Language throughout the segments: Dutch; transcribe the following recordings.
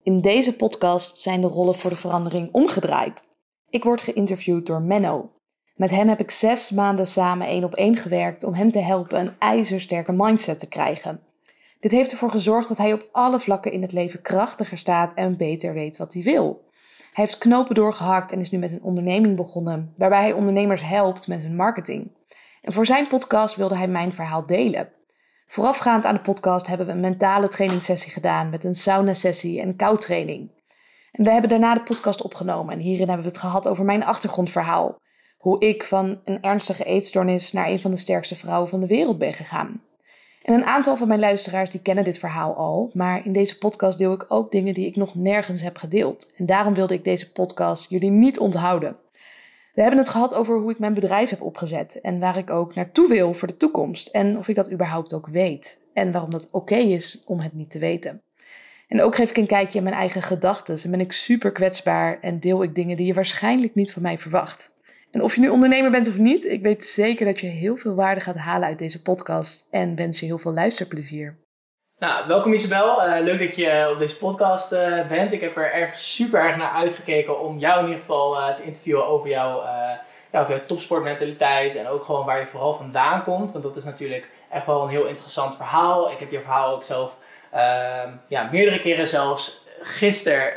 In deze podcast zijn de rollen voor de verandering omgedraaid. Ik word geïnterviewd door Menno. Met hem heb ik 6 maanden samen 1-op-1 gewerkt om hem te helpen een ijzersterke mindset te krijgen. Dit heeft ervoor gezorgd dat hij op alle vlakken in het leven krachtiger staat en beter weet wat hij wil. Hij heeft knopen doorgehakt en is nu met een onderneming begonnen, waarbij hij ondernemers helpt met hun marketing. En voor zijn podcast wilde hij mijn verhaal delen. Voorafgaand aan de podcast hebben we een mentale trainingssessie gedaan met een sauna-sessie en koudtraining. En we hebben daarna de podcast opgenomen en hierin hebben we het gehad over mijn achtergrondverhaal. Hoe ik van een ernstige eetstoornis naar een van de sterkste vrouwen van de wereld ben gegaan. En een aantal van mijn luisteraars die kennen dit verhaal al, maar in deze podcast deel ik ook dingen die ik nog nergens heb gedeeld. En daarom wilde ik deze podcast jullie niet onthouden. We hebben het gehad over hoe ik mijn bedrijf heb opgezet en waar ik ook naartoe wil voor de toekomst. En of ik dat überhaupt ook weet. En waarom dat oké is om het niet te weten. En ook geef ik een kijkje in mijn eigen gedachten en ben ik super kwetsbaar en deel ik dingen die je waarschijnlijk niet van mij verwacht. En of je nu ondernemer bent of niet, ik weet zeker dat je heel veel waarde gaat halen uit deze podcast en wens je heel veel luisterplezier. Nou, welkom Isabel. Leuk dat je op deze podcast bent. Ik heb er super erg naar uitgekeken om jou in ieder geval te interviewen over jouw topsportmentaliteit en ook gewoon waar je vooral vandaan komt. Want dat is natuurlijk echt wel een heel interessant verhaal. Ik heb je verhaal ook zelf meerdere keren zelfs gisteren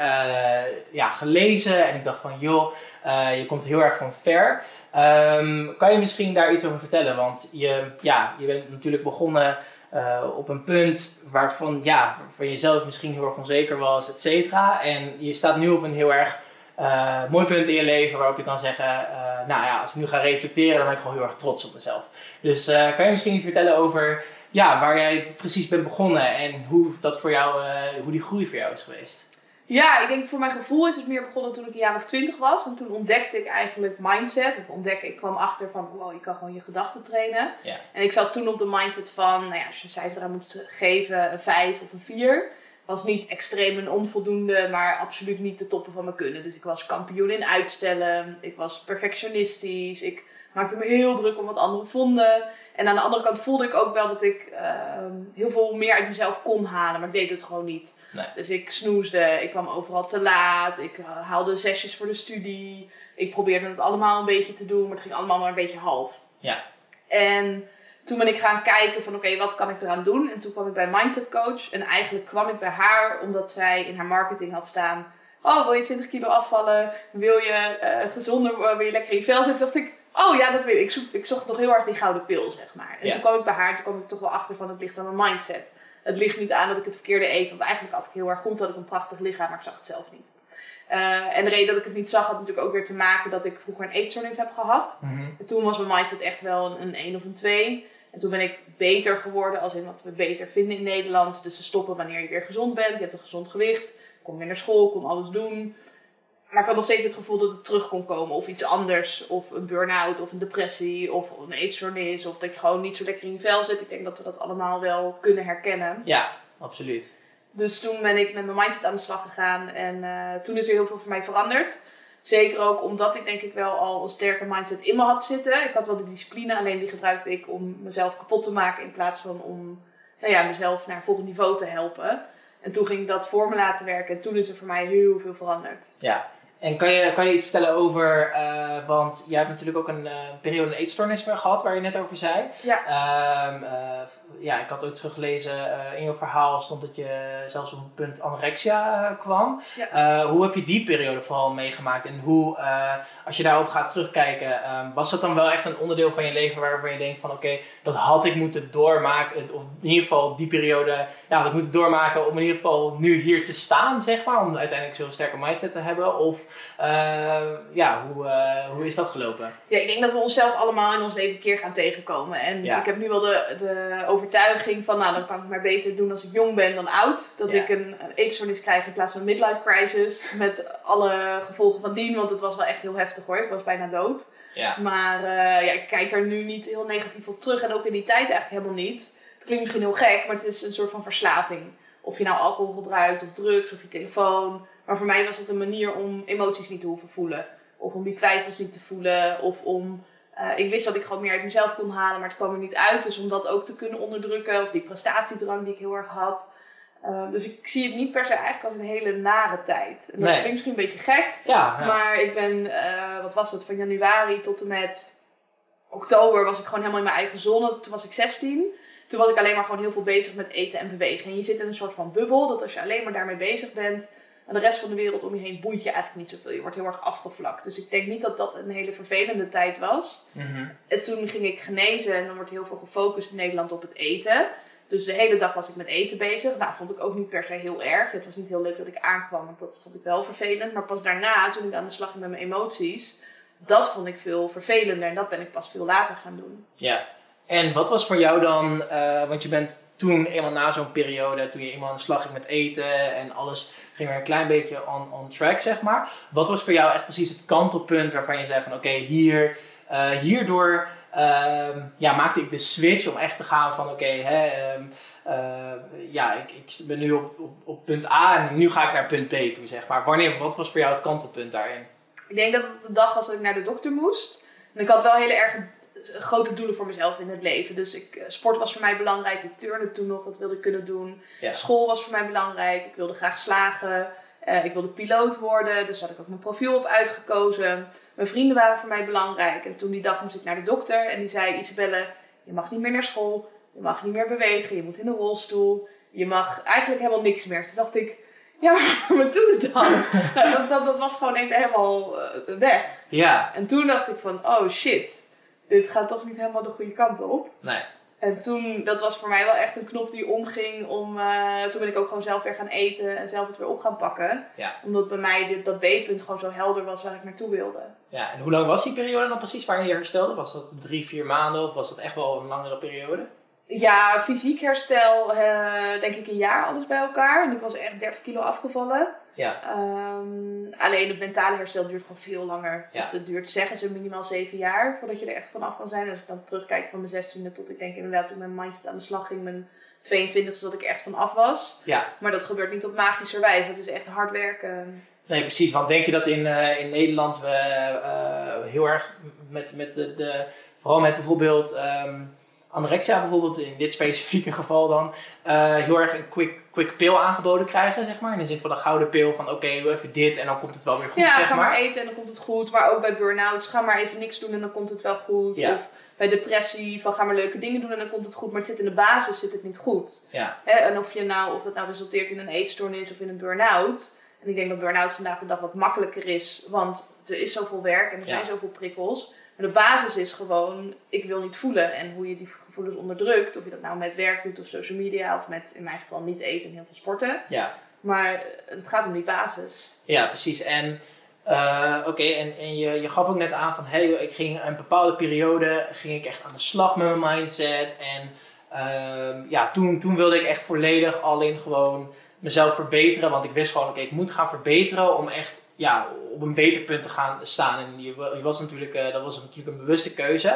gelezen en ik dacht van joh, je komt heel erg van ver. Kan je misschien daar iets over vertellen? Want je bent natuurlijk begonnen op een punt waarvan je zelf misschien heel erg onzeker was, et cetera. En je staat nu op een heel erg mooi punt in je leven waarop je kan zeggen, als ik nu ga reflecteren, dan ben ik gewoon heel erg trots op mezelf. Dus kan je misschien iets vertellen over waar jij precies bent begonnen en hoe dat voor jou, hoe die groei voor jou is geweest? Ja, ik denk voor mijn gevoel is het meer begonnen toen ik een jaar of 20 was. En toen ontdekte ik eigenlijk mindset. Ik kwam achter van, wow, je kan gewoon je gedachten trainen. Ja. En ik zat toen op de mindset van, als je een cijfer eraan moet geven, een 5 of een 4. Was niet extreem en onvoldoende, maar absoluut niet de toppen van mijn kunnen. Dus ik was kampioen in uitstellen. Ik was perfectionistisch. Ik maakte me heel druk om wat anderen vonden. En aan de andere kant voelde ik ook wel dat ik heel veel meer uit mezelf kon halen. Maar ik deed het gewoon niet. Nee. Dus ik snoesde. Ik kwam overal te laat. Ik haalde sessies voor de studie. Ik probeerde het allemaal een beetje te doen. Maar het ging allemaal maar een beetje half. Ja. En toen ben ik gaan kijken van oké, wat kan ik eraan doen? En toen kwam ik bij Mindset Coach. En eigenlijk kwam ik bij haar omdat zij in haar marketing had staan. Oh, wil je 20 kilo afvallen? Wil je gezonder worden? Wil je lekker in je vel zitten? Dacht ik, oh ja, dat weet ik. Ik zocht nog heel erg die gouden pil, zeg maar. En toen kwam ik bij haar, toen kwam ik toch wel achter van het ligt aan mijn mindset. Het ligt niet aan dat ik het verkeerde eet, want eigenlijk had ik heel erg goed, had ik een prachtig lichaam, maar ik zag het zelf niet. En de reden dat ik het niet zag had natuurlijk ook weer te maken dat ik vroeger een eetstoornis heb gehad. Mm-hmm. En toen was mijn mindset echt wel een 1 of een 2. En toen ben ik beter geworden, als in wat we beter vinden in Nederland. Dus te stoppen wanneer je weer gezond bent, je hebt een gezond gewicht, kom weer naar school, kon alles doen. Maar ik had nog steeds het gevoel dat het terug kon komen. Of iets anders. Of een burn-out. Of een depressie. Of een eetstoornis. Of dat je gewoon niet zo lekker in je vel zit. Ik denk dat we dat allemaal wel kunnen herkennen. Ja, absoluut. Dus toen ben ik met mijn mindset aan de slag gegaan. En toen is er heel veel voor mij veranderd. Zeker ook omdat ik denk ik wel al een sterke mindset in me had zitten. Ik had wel de discipline. Alleen die gebruikte ik om mezelf kapot te maken. In plaats van om mezelf naar een volgend niveau te helpen. En toen ging ik dat voor me laten werken. En toen is er voor mij heel veel veranderd. Ja. En kan je iets vertellen over, want jij hebt natuurlijk ook een periode een eetstoornis gehad, waar je net over zei. Ja. Ik had ook teruggelezen, in je verhaal stond dat je zelfs op een punt anorexia kwam. Ja. Hoe heb je die periode vooral meegemaakt? En hoe, als je daarop gaat terugkijken, was dat dan wel echt een onderdeel van je leven waarvan je denkt van oké, dat had ik moeten doormaken. Of in ieder geval die periode, had ik moeten doormaken om in ieder geval nu hier te staan, zeg maar. Om uiteindelijk zo'n sterke mindset te hebben. Of hoe is dat gelopen? Ja, ik denk dat we onszelf allemaal in ons leven een keer gaan tegenkomen. En ik heb nu wel de overtuiging van, dan kan ik maar beter doen als ik jong ben dan oud. Dat ik een eetstoornis krijg in plaats van een midlife crisis. Met alle gevolgen van dien, want het was wel echt heel heftig hoor. Ik was bijna dood. Ja. Maar ik kijk er nu niet heel negatief op terug. En ook in die tijd eigenlijk helemaal niet. Het klinkt misschien heel gek, maar het is een soort van verslaving. Of je nou alcohol gebruikt, of drugs, of je telefoon. Maar voor mij was het een manier om emoties niet te hoeven voelen. Of om die twijfels niet te voelen. Of om... ik wist dat ik gewoon meer uit mezelf kon halen, maar het kwam er niet uit. Dus om dat ook te kunnen onderdrukken. Of die prestatiedrang die ik heel erg had. Dus ik zie het niet per se eigenlijk als een hele nare tijd. En dat klinkt misschien een beetje gek. Ja. Maar ik ben, wat was het, van januari tot en met oktober was ik gewoon helemaal in mijn eigen zone. Toen was ik 16. Toen was ik alleen maar gewoon heel veel bezig met eten en bewegen. En je zit in een soort van bubbel, dat als je alleen maar daarmee bezig bent, en de rest van de wereld om je heen boeit je eigenlijk niet zoveel. Je wordt heel erg afgevlakt. Dus ik denk niet dat dat een hele vervelende tijd was. Mm-hmm. En toen ging ik genezen en dan wordt heel veel gefocust in Nederland op het eten. Dus de hele dag was ik met eten bezig. Nou, vond ik ook niet per se heel erg. Het was niet heel leuk dat ik aankwam, want dat vond ik wel vervelend. Maar pas daarna, toen ik aan de slag ging met mijn emoties, dat vond ik veel vervelender. En dat ben ik pas veel later gaan doen. Ja. En wat was voor jou dan, want je bent toen eenmaal na zo'n periode, toen je eenmaal aan de slag ging met eten en alles ging weer een klein beetje on track, zeg maar. Wat was voor jou echt precies het kantelpunt waarvan je zei van oké, hierdoor maakte ik de switch om echt te gaan van ik ben nu op punt A en nu ga ik naar punt B toe, zeg maar. Wat was voor jou het kantelpunt daarin? Ik denk dat het de dag was dat ik naar de dokter moest. En ik had wel hele erg grote doelen voor mezelf in het leven. Dus sport was voor mij belangrijk. Ik turnde toen nog, dat wilde ik kunnen doen. Ja. School was voor mij belangrijk. Ik wilde graag slagen. Ik wilde piloot worden. Dus daar had ik ook mijn profiel op uitgekozen. Mijn vrienden waren voor mij belangrijk. En toen die dag moest ik naar de dokter. En die zei, Isabelle, je mag niet meer naar school. Je mag niet meer bewegen. Je moet in de rolstoel. Je mag eigenlijk helemaal niks meer. Toen dacht ik, ja, maar wat doe het dan? dat was gewoon even helemaal weg. Ja. En toen dacht ik van, oh shit, dit gaat toch niet helemaal de goede kant op. Nee. En toen, dat was voor mij wel echt een knop die omging toen ben ik ook gewoon zelf weer gaan eten en zelf het weer op gaan pakken. Ja. Omdat bij mij dat B-punt gewoon zo helder was waar ik naartoe wilde. Ja, en hoe lang was die periode dan precies waarin je herstelde? Was dat 3-4 maanden of was dat echt wel een langere periode? Ja, fysiek herstel, denk ik een jaar alles bij elkaar. En ik was echt 30 kilo afgevallen. Ja. Alleen het mentale herstel duurt gewoon veel langer. Ja. Het duurt, zeggen ze, minimaal 7 jaar voordat je er echt vanaf kan zijn. Als ik dan terugkijk van mijn 16e tot ik denk inderdaad toen mijn mindset aan de slag ging, mijn 22e, dat ik echt vanaf was. Ja. Maar dat gebeurt niet op magische wijze. Het is echt hard werken. Nee, precies. Want denk je dat in Nederland we heel erg vooral met bijvoorbeeld anorexia bijvoorbeeld, in dit specifieke geval dan, heel erg een quick pill aangeboden krijgen, zeg maar. In de zin van de gouden pil van oké, doe even dit en dan komt het wel weer goed, ja, zeg ga maar eten en dan komt het goed. Maar ook bij burn-outs, ga maar even niks doen en dan komt het wel goed. Ja. Of bij depressie, van ga maar leuke dingen doen en dan komt het goed. Maar het zit in de basis, zit het niet goed. Ja. En of dat nou resulteert in een eetstoornis of in een burn-out. En ik denk dat burn-out vandaag de dag wat makkelijker is, want er is zoveel werk en er zijn zoveel prikkels. Maar de basis is gewoon, ik wil niet voelen. En hoe je die gevoelens onderdrukt, of je dat nou met werk doet of social media, of met, in mijn geval, niet eten en heel veel sporten. Ja. Maar het gaat om die basis. Ja, precies. En en je gaf ook net aan van, ik ging een bepaalde periode, ging ik echt aan de slag met mijn mindset. En toen wilde ik echt volledig alleen gewoon mezelf verbeteren. Want ik wist gewoon, ik moet gaan verbeteren om echt op een beter punt te gaan staan. En dat was natuurlijk een bewuste keuze.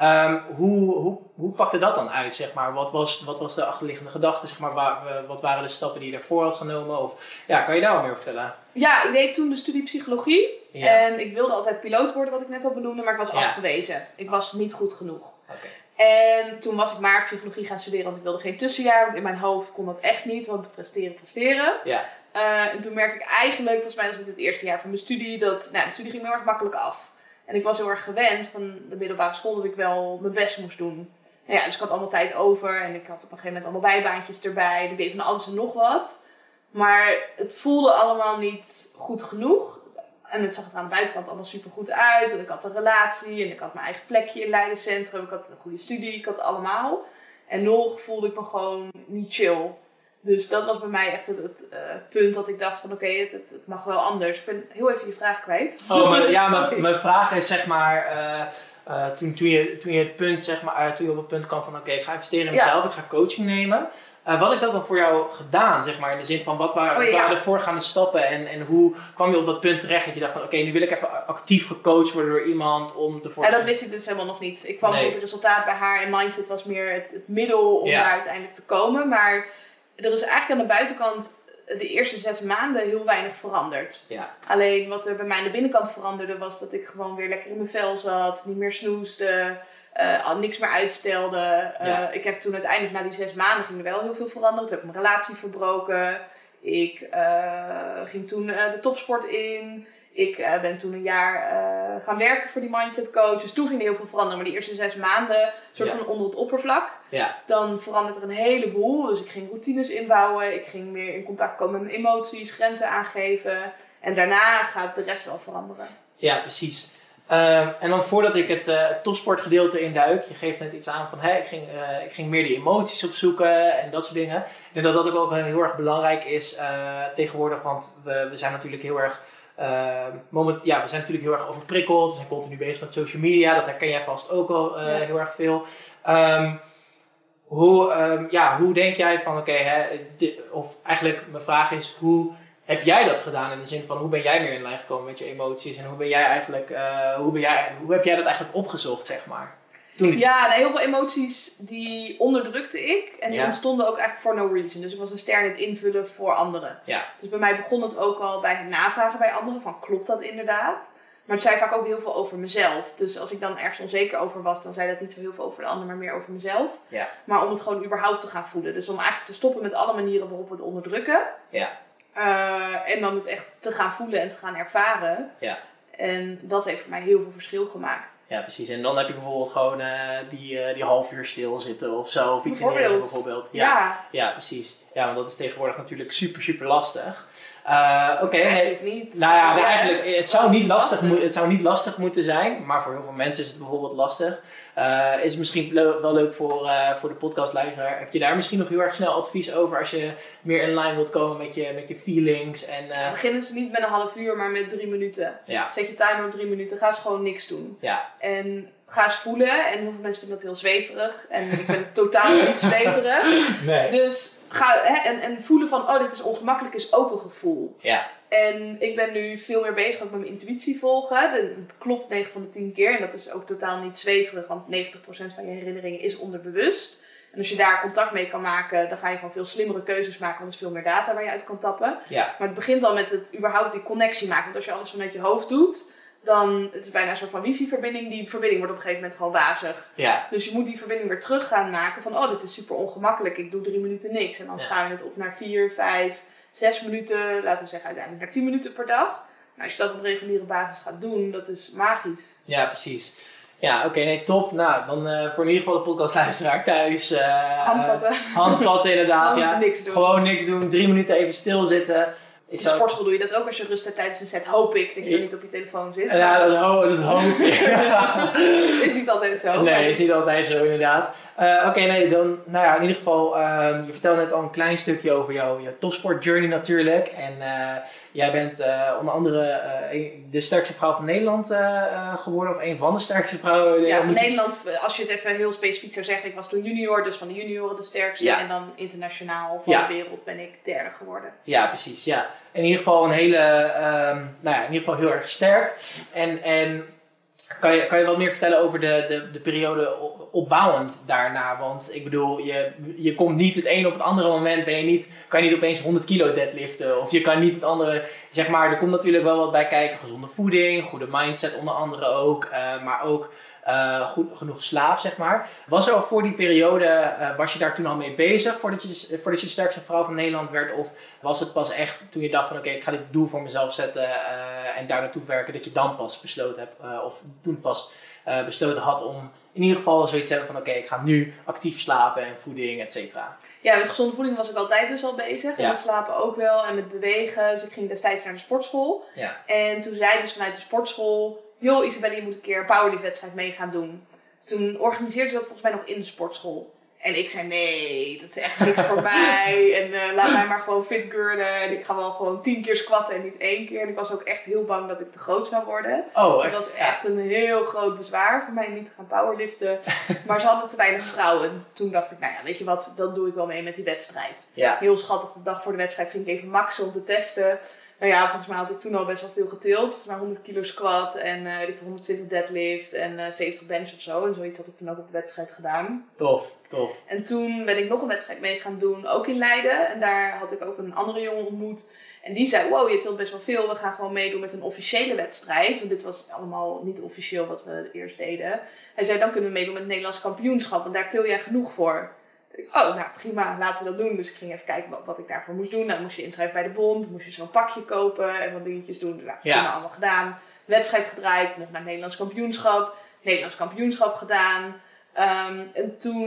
Hoe pakte dat dan uit, zeg maar? Wat was de achterliggende gedachte, zeg maar? Wat waren de stappen die je daarvoor had genomen? Of, kan je daar wat meer over vertellen? Ja, ik deed toen de studie psychologie. Ja. En ik wilde altijd piloot worden, wat ik net al benoemde, maar ik was afgewezen. Ik was niet goed genoeg. Okay. En toen was ik maar psychologie gaan studeren, want ik wilde geen tussenjaar. Want in mijn hoofd kon dat echt niet, want presteren. Ja. En toen merkte ik eigenlijk, volgens mij was het eerste jaar van mijn studie, dat de studie ging me heel erg makkelijk af. En ik was heel erg gewend van de middelbare school dat ik wel mijn best moest doen. Dus ik had allemaal tijd over en ik had op een gegeven moment allemaal bijbaantjes erbij. Ik deed van alles en nog wat. Maar het voelde allemaal niet goed genoeg. En het zag er aan de buitenkant allemaal super goed uit. En ik had een relatie en ik had mijn eigen plekje in Leiden Centrum. Ik had een goede studie, ik had het allemaal. En nog voelde ik me gewoon niet chill. Dus dat was bij mij echt het punt dat ik dacht van het mag wel anders. Ik ben heel even je vraag kwijt. Mijn vraag is zeg maar, toen je het punt, zeg maar, toen je op het punt kwam van ik ga investeren in mezelf, ik ga coaching nemen. Wat heeft dat dan voor jou gedaan, zeg maar, in de zin van wat waren de voorgaande stappen en hoe kwam je op dat punt terecht dat je dacht van nu wil ik even actief gecoacht worden door iemand om ervoor dat wist ik dus helemaal nog niet. Ik kwam tot het resultaat bij haar en mindset was meer het middel om daar uiteindelijk te komen. Maar er is eigenlijk aan de buitenkant de eerste 6 maanden heel weinig veranderd. Ja. Alleen wat er bij mij aan de binnenkant veranderde was dat ik gewoon weer lekker in mijn vel zat, niet meer snoesde. al niks meer uitstelde. Ik heb toen uiteindelijk na die 6 maanden ging er wel heel veel veranderen. Toen heb ik mijn relatie verbroken. Ik ging toen de topsport in. Ik ben toen een jaar gaan werken voor die mindset coach. Dus toen ging er heel veel veranderen. Maar die eerste 6 maanden, soort van onder het oppervlak. Ja. Dan verandert er een heleboel. Dus ik ging routines inbouwen. Ik ging meer in contact komen met mijn emoties, grenzen aangeven. En daarna gaat de rest wel veranderen. Ja, precies. En dan voordat ik het topsportgedeelte induik, je geeft net iets aan van ik ging meer die emoties opzoeken en dat soort dingen. Ik denk dat dat ook heel erg belangrijk is tegenwoordig, want we zijn natuurlijk heel erg we zijn natuurlijk heel erg overprikkeld. We zijn continu bezig met social media, dat herken jij vast ook al heel erg veel. Hoe denk jij van of eigenlijk mijn vraag is, hoe heb jij dat gedaan in de zin van hoe ben jij meer in lijn gekomen met je emoties en hoe ben jij eigenlijk, hoe heb jij dat eigenlijk opgezocht, zeg maar? Heel veel emoties die onderdrukte ik en die ontstonden ook eigenlijk for no reason. Dus ik was een ster in het invullen voor anderen. Ja. Dus bij mij begon het ook al bij het navragen bij anderen van klopt dat inderdaad? Maar het zei vaak ook heel veel over mezelf. Dus als ik dan ergens onzeker over was, dan zei dat niet zo heel veel over de ander, maar meer over mezelf. Ja. Maar om het gewoon überhaupt te gaan voelen. Dus om eigenlijk te stoppen met alle manieren waarop we het onderdrukken. Ja. En dan het echt te gaan voelen en te gaan ervaren. Ja. En dat heeft voor mij heel veel verschil gemaakt. Ja, precies. En dan heb je bijvoorbeeld gewoon die half uur stilzitten of zo. Of iets in de bijvoorbeeld. Ja, precies. Ja, want dat is tegenwoordig natuurlijk super, super lastig. Eigenlijk niet. Nou ja, eigenlijk, het zou niet lastig moeten zijn. Maar voor heel veel mensen is het bijvoorbeeld lastig. Is het misschien wel leuk voor de podcastluisteraar. Heb je daar misschien nog heel erg snel advies over als je meer in lijn wilt komen met je feelings? Beginnen ze niet met een half uur, maar met 3 minuten. Ja. Zet je timer op 3 minuten. Ga eens gewoon niks doen. Ja. En ga eens voelen. En heel veel mensen vinden dat heel zweverig. En ik ben totaal niet zweverig. Nee. Dus ga en voelen van, dit is ongemakkelijk, is ook een gevoel. Ja. En ik ben nu veel meer bezig ook met mijn intuïtie volgen. Het klopt 9 van de 10 keer. En dat is ook totaal niet zweverig. Want 90% van je herinneringen is onderbewust. En als je daar contact mee kan maken, dan ga je gewoon veel slimmere keuzes maken. Want er is veel meer data waar je uit kan tappen. Ja. Maar het begint al met het überhaupt die connectie maken. Want als je alles vanuit je hoofd doet, dan het is bijna een soort van wifi-verbinding. Die verbinding wordt op een gegeven moment gewoon wazig. Ja. Dus je moet die verbinding weer terug gaan maken van, dit is super ongemakkelijk. Ik doe 3 minuten niks. En dan schaal je het op naar 4, 5, 6 minuten. Laten we zeggen uiteindelijk naar 10 minuten per dag. Nou, als je dat op reguliere basis gaat doen, dat is magisch. Ja, precies. Ja, oké, top. Nou, dan voor in ieder geval de podcastluisteraar thuis. Handvatten. Handvatten inderdaad, ja. Niks doen. Gewoon niks doen. 3 minuten even stilzitten. In de sportschool doe je dat ook als je rust hebt tijdens een set. Hoop ik dat je niet op je telefoon zit. Ja, dat hoop ik. Is niet altijd zo. Nee, is niet altijd zo inderdaad. Dan, in ieder geval, je vertelde net al een klein stukje over jouw topsportjourney natuurlijk. En jij bent onder andere de sterkste vrouw van Nederland geworden, of een van de sterkste vrouwen. Van Nederland, als je het even heel specifiek zou zeggen, ik was toen junior, dus van de junioren de sterkste. Ja. En dan internationaal van de wereld ben ik derde geworden. Ja, precies, ja. In ieder geval een hele, in ieder geval heel erg sterk. En kan je wat meer vertellen over de periode opbouwend daarna? Want ik bedoel, je komt niet het een op het andere moment kan je niet opeens 100 kilo deadliften. Of je kan niet het andere, zeg maar, er komt natuurlijk wel wat bij kijken. Gezonde voeding, goede mindset onder andere ook. Maar ook goed genoeg slaap, zeg maar. Was er al voor die periode, was je daar toen al mee bezig voordat je sterkste vrouw van Nederland werd? Of was het pas echt toen je dacht van ik ga dit doel voor mezelf zetten en daar naartoe werken, dat je dan pas besloten hebt, of toen pas besloten had om in ieder geval zoiets te hebben van ik ga nu actief slapen en voeding, et cetera. Ja, met gezonde voeding was ik altijd dus al bezig. En met slapen ook wel en met bewegen. Dus ik ging destijds naar de sportschool. Ja. En toen zei dus vanuit de sportschool, joh Isabelle, je moet een keer een powerlift-wedstrijd mee gaan doen. Toen organiseerde ze dat volgens mij nog in de sportschool. En ik zei, nee, dat is echt niks voor mij. En laat mij maar gewoon fit girlen. En ik ga wel gewoon 10 keer squatten en niet 1 keer. En ik was ook echt heel bang dat ik te groot zou worden. Oh, het was echt een heel groot bezwaar voor mij niet te gaan powerliften. Maar ze hadden te weinig vrouwen. Toen dacht ik, weet je wat, dan doe ik wel mee met die wedstrijd. Ja. Heel schattig, de dag voor de wedstrijd ging ik even maxen om te testen. Volgens mij had ik toen al best wel veel getild. Volgens mij 100 kilo squat en 120 deadlift en 70 bench of zo. En zoiets had ik toen ook op de wedstrijd gedaan. Tof. En toen ben ik nog een wedstrijd mee gaan doen, ook in Leiden. En daar had ik ook een andere jongen ontmoet. En die zei, wow, je tilt best wel veel. We gaan gewoon meedoen met een officiële wedstrijd. Want dit was allemaal niet officieel wat we eerst deden. Hij zei, dan kunnen we meedoen met het Nederlands kampioenschap. Want daar til jij genoeg voor. Oh, nou prima, laten we dat doen. Dus ik ging even kijken wat ik daarvoor moest doen. Nou, moest je inschrijven bij de bond. Moest je zo'n pakje kopen en wat dingetjes doen. Nou, dat hebben we allemaal gedaan. Wedstrijd gedraaid. Nog naar het Nederlands kampioenschap. Nederlands kampioenschap gedaan. En toen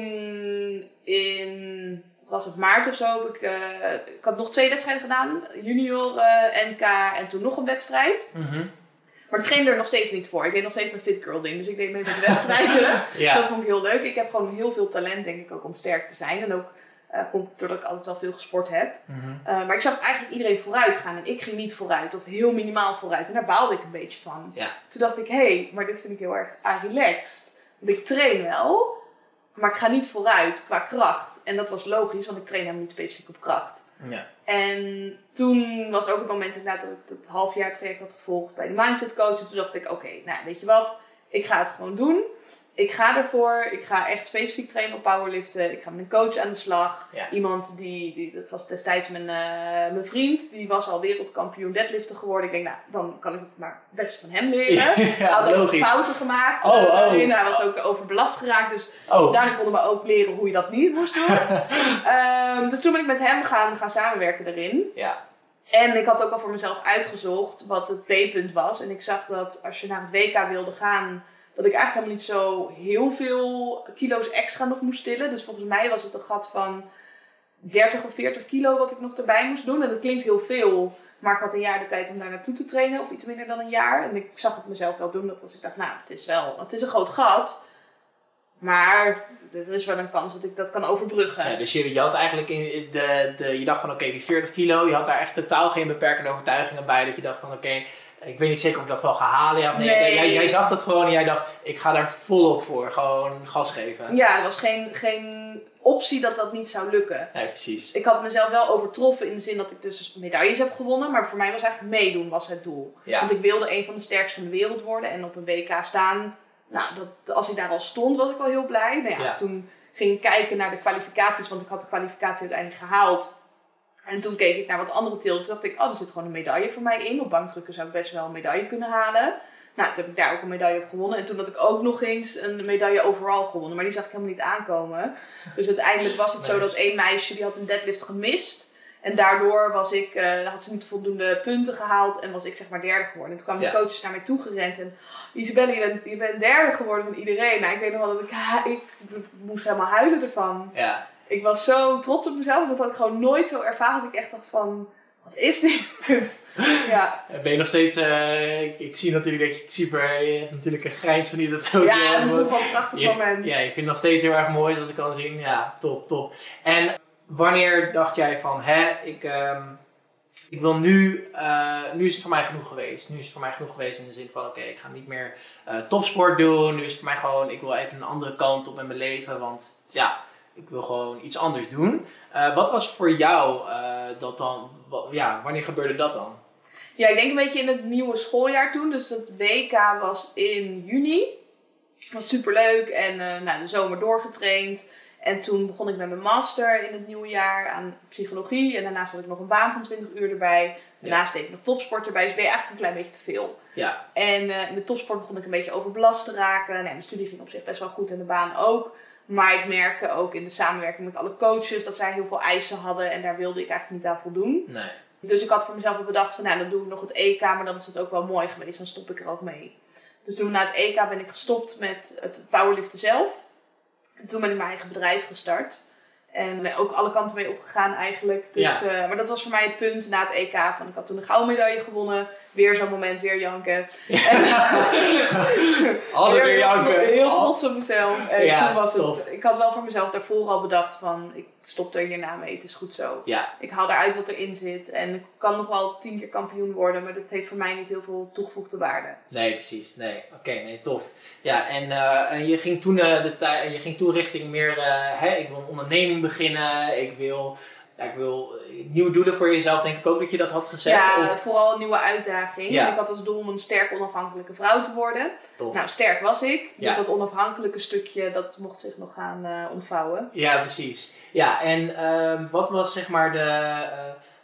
in... was het maart of zo, ik had nog 2 wedstrijden gedaan. Junior, NK en toen nog een wedstrijd. Mm-hmm. Maar ik trainde er nog steeds niet voor. Ik deed nog steeds mijn fit girl ding. Dus ik deed mee met de wedstrijden. Dat vond ik heel leuk. Ik heb gewoon heel veel talent, denk ik, ook om sterk te zijn. En ook komt het doordat ik altijd wel veel gesport heb. Mm-hmm. Maar ik zag eigenlijk iedereen vooruit gaan. En ik ging niet vooruit. Of heel minimaal vooruit. En daar baalde ik een beetje van. Ja. Toen dacht ik, hé, maar dit vind ik heel erg relaxed. Want ik train wel. Maar ik ga niet vooruit qua kracht. En dat was logisch, want ik train helemaal niet specifiek op kracht. Ja. En toen was ook het moment inderdaad dat ik het halfjaar traject had gevolgd bij de mindset coach. En toen dacht ik, oké, nou weet je wat, ik ga het gewoon doen. Ik ga ervoor, ik ga echt specifiek trainen op powerliften. Ik ga met een coach aan de slag. Ja. Iemand dat was destijds mijn vriend, die was al wereldkampioen deadliften geworden. Ik denk, nou, dan kan ik het maar het beste van hem leren. Hij had ook nog fouten gemaakt. Hij was ook overbelast geraakt, dus daar konden we ook leren hoe je dat niet moest doen. Dus toen ben ik met hem gaan samenwerken erin. Ja. En ik had ook al voor mezelf uitgezocht wat het B-punt was. En ik zag dat als je naar het WK wilde gaan, dat ik eigenlijk helemaal niet zo heel veel kilo's extra nog moest tillen. Dus volgens mij was het een gat van 30 of 40 kilo wat ik nog erbij moest doen. En dat klinkt heel veel, maar ik had een jaar de tijd om daar naartoe te trainen. Of iets minder dan een jaar. En ik zag het mezelf wel doen. Dat als ik dacht, nou, het is een groot gat. Maar er is wel een kans dat ik dat kan overbruggen. Ja, dus je had eigenlijk je dacht van oké, die 40 kilo, je had daar echt totaal geen beperkende overtuigingen bij. Dat je dacht van oké, ik weet niet zeker of ik dat wel ga halen. Ja, of nee. Jij zag dat gewoon en jij dacht, ik ga daar volop voor. Gewoon gas geven. Ja, er was geen optie dat dat niet zou lukken. Nee, precies. Ik had mezelf wel overtroffen in de zin dat ik dus medailles heb gewonnen. Maar voor mij was eigenlijk meedoen was het doel. Ja. Want ik wilde een van de sterkste van de wereld worden en op een WK staan. Nou, als ik daar al stond, was ik al heel blij. Nou ja, toen ging ik kijken naar de kwalificaties, want ik had de kwalificatie uiteindelijk gehaald. En toen keek ik naar wat andere tilten. Toen dacht ik, er zit gewoon een medaille voor mij in. Op bankdrukken zou ik best wel een medaille kunnen halen. Nou, toen heb ik daar ook een medaille op gewonnen. En toen had ik ook nog eens een medaille overall gewonnen. Maar die zag ik helemaal niet aankomen. Dus uiteindelijk was het zo dat één meisje, die had een deadlift gemist. En daardoor had ze niet voldoende punten gehaald en was ik zeg maar derde geworden. En toen kwamen de coaches naar mij toe gerend en Isabelle, je bent derde geworden van iedereen. Nou, ik weet nog wel dat ik moest helemaal huilen ervan. Ja. Ik was zo trots op mezelf, dat had ik gewoon nooit zo ervaren. Dat ik echt dacht van, wat is dit? Ja. Ben je nog steeds, ik zie natuurlijk dat je je hebt natuurlijk een grijns van die dat ook. Ja, dat is nog wel een prachtig moment. Ja, je vindt het nog steeds heel erg mooi, zoals ik kan zien. Ja, top. En wanneer dacht jij van, ik wil nu is het voor mij genoeg geweest. Nu is het voor mij genoeg geweest in de zin van, oké, ik ga niet meer topsport doen. Nu is het voor mij gewoon, ik wil even een andere kant op in mijn leven, want ja, ik wil gewoon iets anders doen. Wat was voor jou dat dan, wanneer gebeurde dat dan? Ja, ik denk een beetje in het nieuwe schooljaar toen. Dus het WK was in juni. Het was superleuk en de zomer doorgetraind. En toen begon ik met mijn master in het nieuwe jaar aan psychologie. En daarnaast had ik nog een baan van 20 uur erbij. Daarnaast deed ik nog topsport erbij. Dus ik deed eigenlijk een klein beetje te veel. Ja. En in de topsport begon ik een beetje overbelast te raken. Nee, mijn studie ging op zich best wel goed en de baan ook. Maar ik merkte ook in de samenwerking met alle coaches dat zij heel veel eisen hadden. En daar wilde ik eigenlijk niet aan voldoen. Nee. Dus ik had voor mezelf wel bedacht van dan doe ik nog het EK. Maar dan is het ook wel mooi geweest. Dan stop ik er ook mee. Dus toen na het EK ben ik gestopt met het powerliften zelf. En toen ben ik mijn eigen bedrijf gestart. En ook alle kanten mee opgegaan eigenlijk. Dus, maar dat was voor mij het punt na het EK. Van, ik had toen een gouden medaille gewonnen. Weer zo'n moment, weer janken. Altijd weer janken. Heel trots op mezelf. En toen was tof. het, ik had wel voor mezelf daarvoor al bedacht van, ik stop er hierna mee, het is goed zo. Ja. Ik haal eruit wat erin zit. En ik kan nog wel 10 keer kampioen worden, maar dat heeft voor mij niet heel veel toegevoegde waarde. Nee, precies. Nee. Oké, tof. Ja, en je ging toen richting meer, ik wil een onderneming beginnen, ik wil nieuwe doelen voor jezelf, denk ik ook dat je dat had gezet. Ja, vooral een nieuwe uitdaging. Ja. En ik had als doel om een sterk onafhankelijke vrouw te worden. Tof. Nou, sterk was ik. Dus Ja. dat onafhankelijke stukje, dat mocht zich nog gaan ontvouwen. Ja, precies. Ja, en wat was zeg maar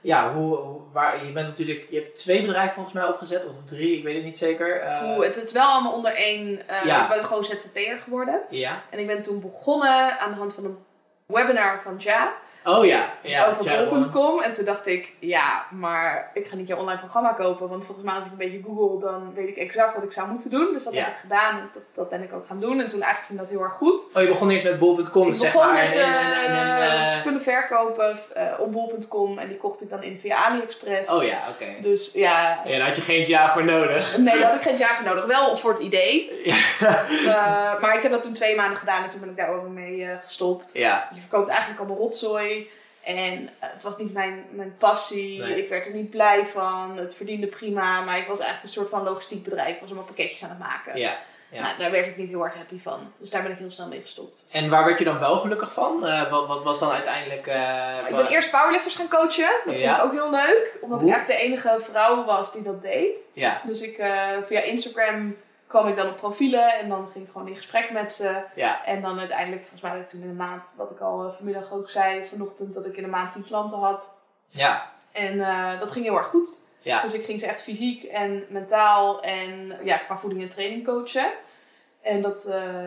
je bent natuurlijk, je hebt 2 bedrijven volgens mij opgezet, of 3, ik weet het niet zeker. Het is wel allemaal onder één. Ik ben gewoon ZZP'er geworden. Ja. En ik ben toen begonnen aan de hand van een webinar van Ja. Oh ja. Over bol.com. En toen dacht ik, maar ik ga niet jouw online programma kopen. Want volgens mij als ik een beetje google, dan weet ik exact wat ik zou moeten doen. Dus dat heb ik gedaan. En dat ben ik ook gaan doen. En toen eigenlijk ging dat heel erg goed. Oh, je begon eerst met bol.com, ik zeg maar. Ik begon met spullen verkopen op bol.com. En die kocht ik dan in via AliExpress. Oh ja, oké. Dus ja. Ja, daar had je geen jaar voor nodig. Nee, daar had ik geen jaar voor nodig. Wel voor het idee. Maar ik heb dat toen 2 maanden gedaan. En toen ben ik daar ook mee gestopt. Ja. Je verkoopt eigenlijk allemaal rotzooi. En het was niet mijn passie. Nee. Ik werd er niet blij van. Het verdiende prima. Maar ik was eigenlijk een soort van logistiek bedrijf. Ik was allemaal pakketjes aan het maken. Ja. Nou, daar werd ik niet heel erg happy van. Dus daar ben ik heel snel mee gestopt. En waar werd je dan wel gelukkig van? Wat was dan uiteindelijk... Ik ben eerst powerlifters gaan coachen. Dat vond ik ook heel leuk. Omdat ik eigenlijk de enige vrouw was die dat deed. Ja. Dus via Instagram kwam ik dan op profielen. En dan ging ik gewoon in gesprek met ze. Ja. En dan uiteindelijk, volgens mij toen in de maand, wat ik al vanmiddag ook zei, vanochtend, dat ik in de maand 10 klanten had. Ja. En dat ging heel erg goed. Ja. Dus ik ging ze echt fysiek en mentaal en qua voeding en training coachen. En dat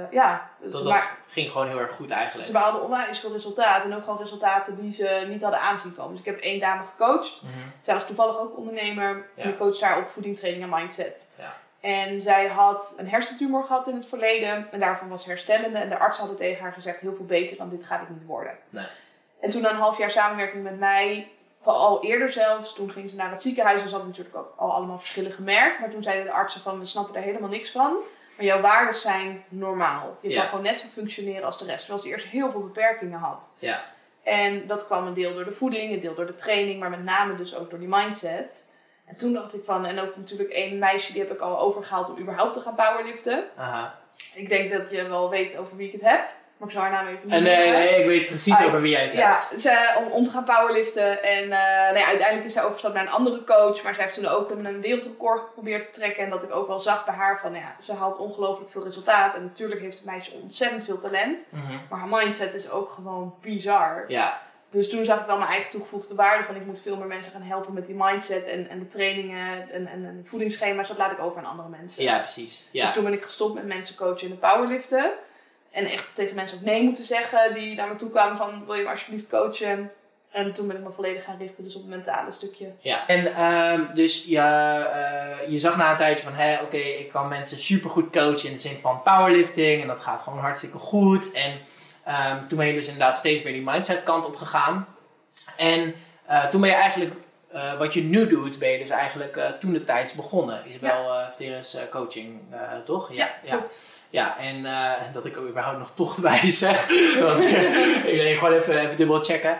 ging gewoon heel erg goed eigenlijk. Ze behaalden onwijs veel resultaten. En ook gewoon resultaten die ze niet hadden aanzien komen. Dus ik heb 1 dame gecoacht. Mm-hmm. Zij was toevallig ook ondernemer. Ja. En ik coach haar op voeding, training en mindset. Ja. En zij had een hersentumor gehad in het verleden. En daarvan was herstellende. En de arts hadden tegen haar gezegd, heel veel beter dan dit gaat het niet worden. Nee. En toen na een half jaar samenwerking met mij, al eerder zelfs, toen ging ze naar het ziekenhuis. En ze hadden natuurlijk ook al allemaal verschillen gemerkt. Maar toen zeiden de artsen van, we snappen er helemaal niks van. Maar jouw waarden zijn normaal. Je kan gewoon net zo functioneren als de rest. Terwijl ze eerst heel veel beperkingen had. Ja. En dat kwam een deel door de voeding, een deel door de training. Maar met name dus ook door die mindset. En toen dacht ik van, en ook natuurlijk 1 meisje die heb ik al overgehaald om überhaupt te gaan powerliften. Aha. Ik denk dat je wel weet over wie ik het heb. Maar ik zal haar naam even niet Nee, ik weet precies over wie jij het hebt. Ja, om te gaan powerliften. En uiteindelijk is zij overgestapt naar een andere coach. Maar zij heeft toen ook een wereldrecord geprobeerd te trekken. En dat ik ook wel zag bij haar van, ze haalt ongelooflijk veel resultaat. En natuurlijk heeft het meisje ontzettend veel talent. Mm-hmm. Maar haar mindset is ook gewoon bizar. Ja. Dus toen zag ik wel mijn eigen toegevoegde waarde van ik moet veel meer mensen gaan helpen met die mindset en de trainingen en de voedingsschema's. Dat laat ik over aan andere mensen. Ja, precies. Ja. Dus toen ben ik gestopt met mensen coachen in de powerliften. En echt tegen mensen ook nee moeten zeggen die naar me toe kwamen van wil je me alsjeblieft coachen. En toen ben ik me volledig gaan richten dus op het mentale stukje. Ja, en dus je zag na een tijdje van oké, ik kan mensen supergoed coachen in de zin van powerlifting. En dat gaat gewoon hartstikke goed. En toen ben je dus inderdaad steeds meer die mindset kant op gegaan. En toen ben je eigenlijk, wat je nu doet, ben je dus eigenlijk toen de tijds begonnen. Isabel Verteres coaching, toch? Ja, klopt. Ja, en dat ik ook überhaupt nog toch erbij zeg. Ik wil gewoon even dubbel checken.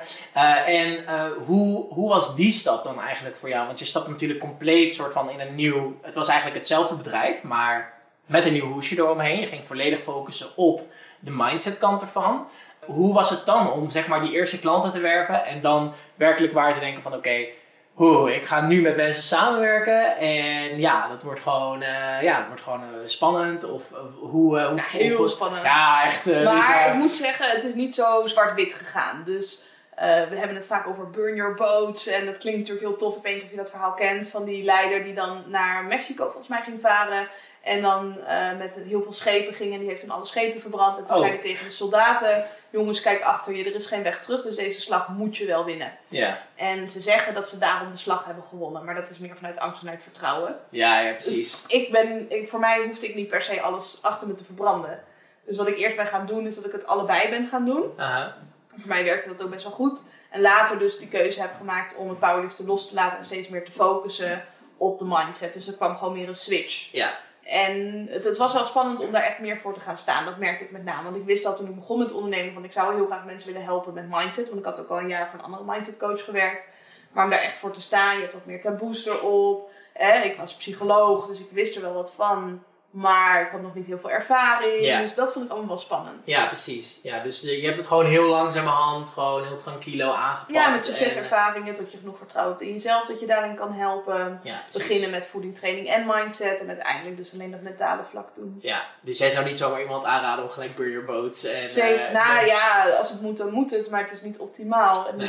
Hoe was die stap dan eigenlijk voor jou? Want je stapt natuurlijk compleet soort van in een nieuw... Het was eigenlijk hetzelfde bedrijf, maar met een nieuw hoesje eromheen. Je ging volledig focussen op de mindset kant ervan. Hoe was het dan om zeg maar die eerste klanten te werven en dan werkelijk waar te denken van oké, ik ga nu met mensen samenwerken en dat wordt gewoon, spannend of hoe heel spannend. Ja, echt. Maar ik moet zeggen, het is niet zo zwart-wit gegaan. Dus we hebben het vaak over burn your boats en dat klinkt natuurlijk heel tof. Ik weet niet of je dat verhaal kent van die leider die dan naar Mexico volgens mij ging varen. En dan met heel veel schepen ging en die heeft toen alle schepen verbrand. En toen zei hij tegen de soldaten, jongens kijk achter je, er is geen weg terug. Dus deze slag moet je wel winnen. Yeah. En ze zeggen dat ze daarom de slag hebben gewonnen. Maar dat is meer vanuit angst en vanuit vertrouwen. Ja, precies. Dus voor mij hoefde ik niet per se alles achter me te verbranden. Dus wat ik eerst ben gaan doen is dat ik het allebei ben gaan doen. Uh-huh. Voor mij werkte dat ook best wel goed. En later dus die keuze heb gemaakt om het powerliften los te laten en steeds meer te focussen op de mindset. Dus er kwam gewoon meer een switch. Ja. En het was wel spannend om daar echt meer voor te gaan staan. Dat merkte ik met name. Want ik wist dat toen ik begon met ondernemen, van ik zou heel graag mensen willen helpen met mindset. Want ik had ook al een jaar voor een andere mindset coach gewerkt. Maar om daar echt voor te staan, je hebt wat meer taboes erop. Ik was psycholoog, dus ik wist er wel wat van. Maar ik had nog niet heel veel ervaring. Ja. Dus dat vond ik allemaal wel spannend. Ja, precies. Ja, dus je hebt het gewoon heel langzamerhand, gewoon heel tranquilo aangepakt. Ja, met succeservaringen, dat je genoeg vertrouwt in jezelf, dat je daarin kan helpen. Ja, beginnen met voeding, training en mindset. En uiteindelijk dus alleen dat mentale vlak doen. Ja, dus jij zou niet zomaar iemand aanraden om gelijk burn your boats. Zeker, als het moet, dan moet het. Maar het is niet optimaal. En, nee.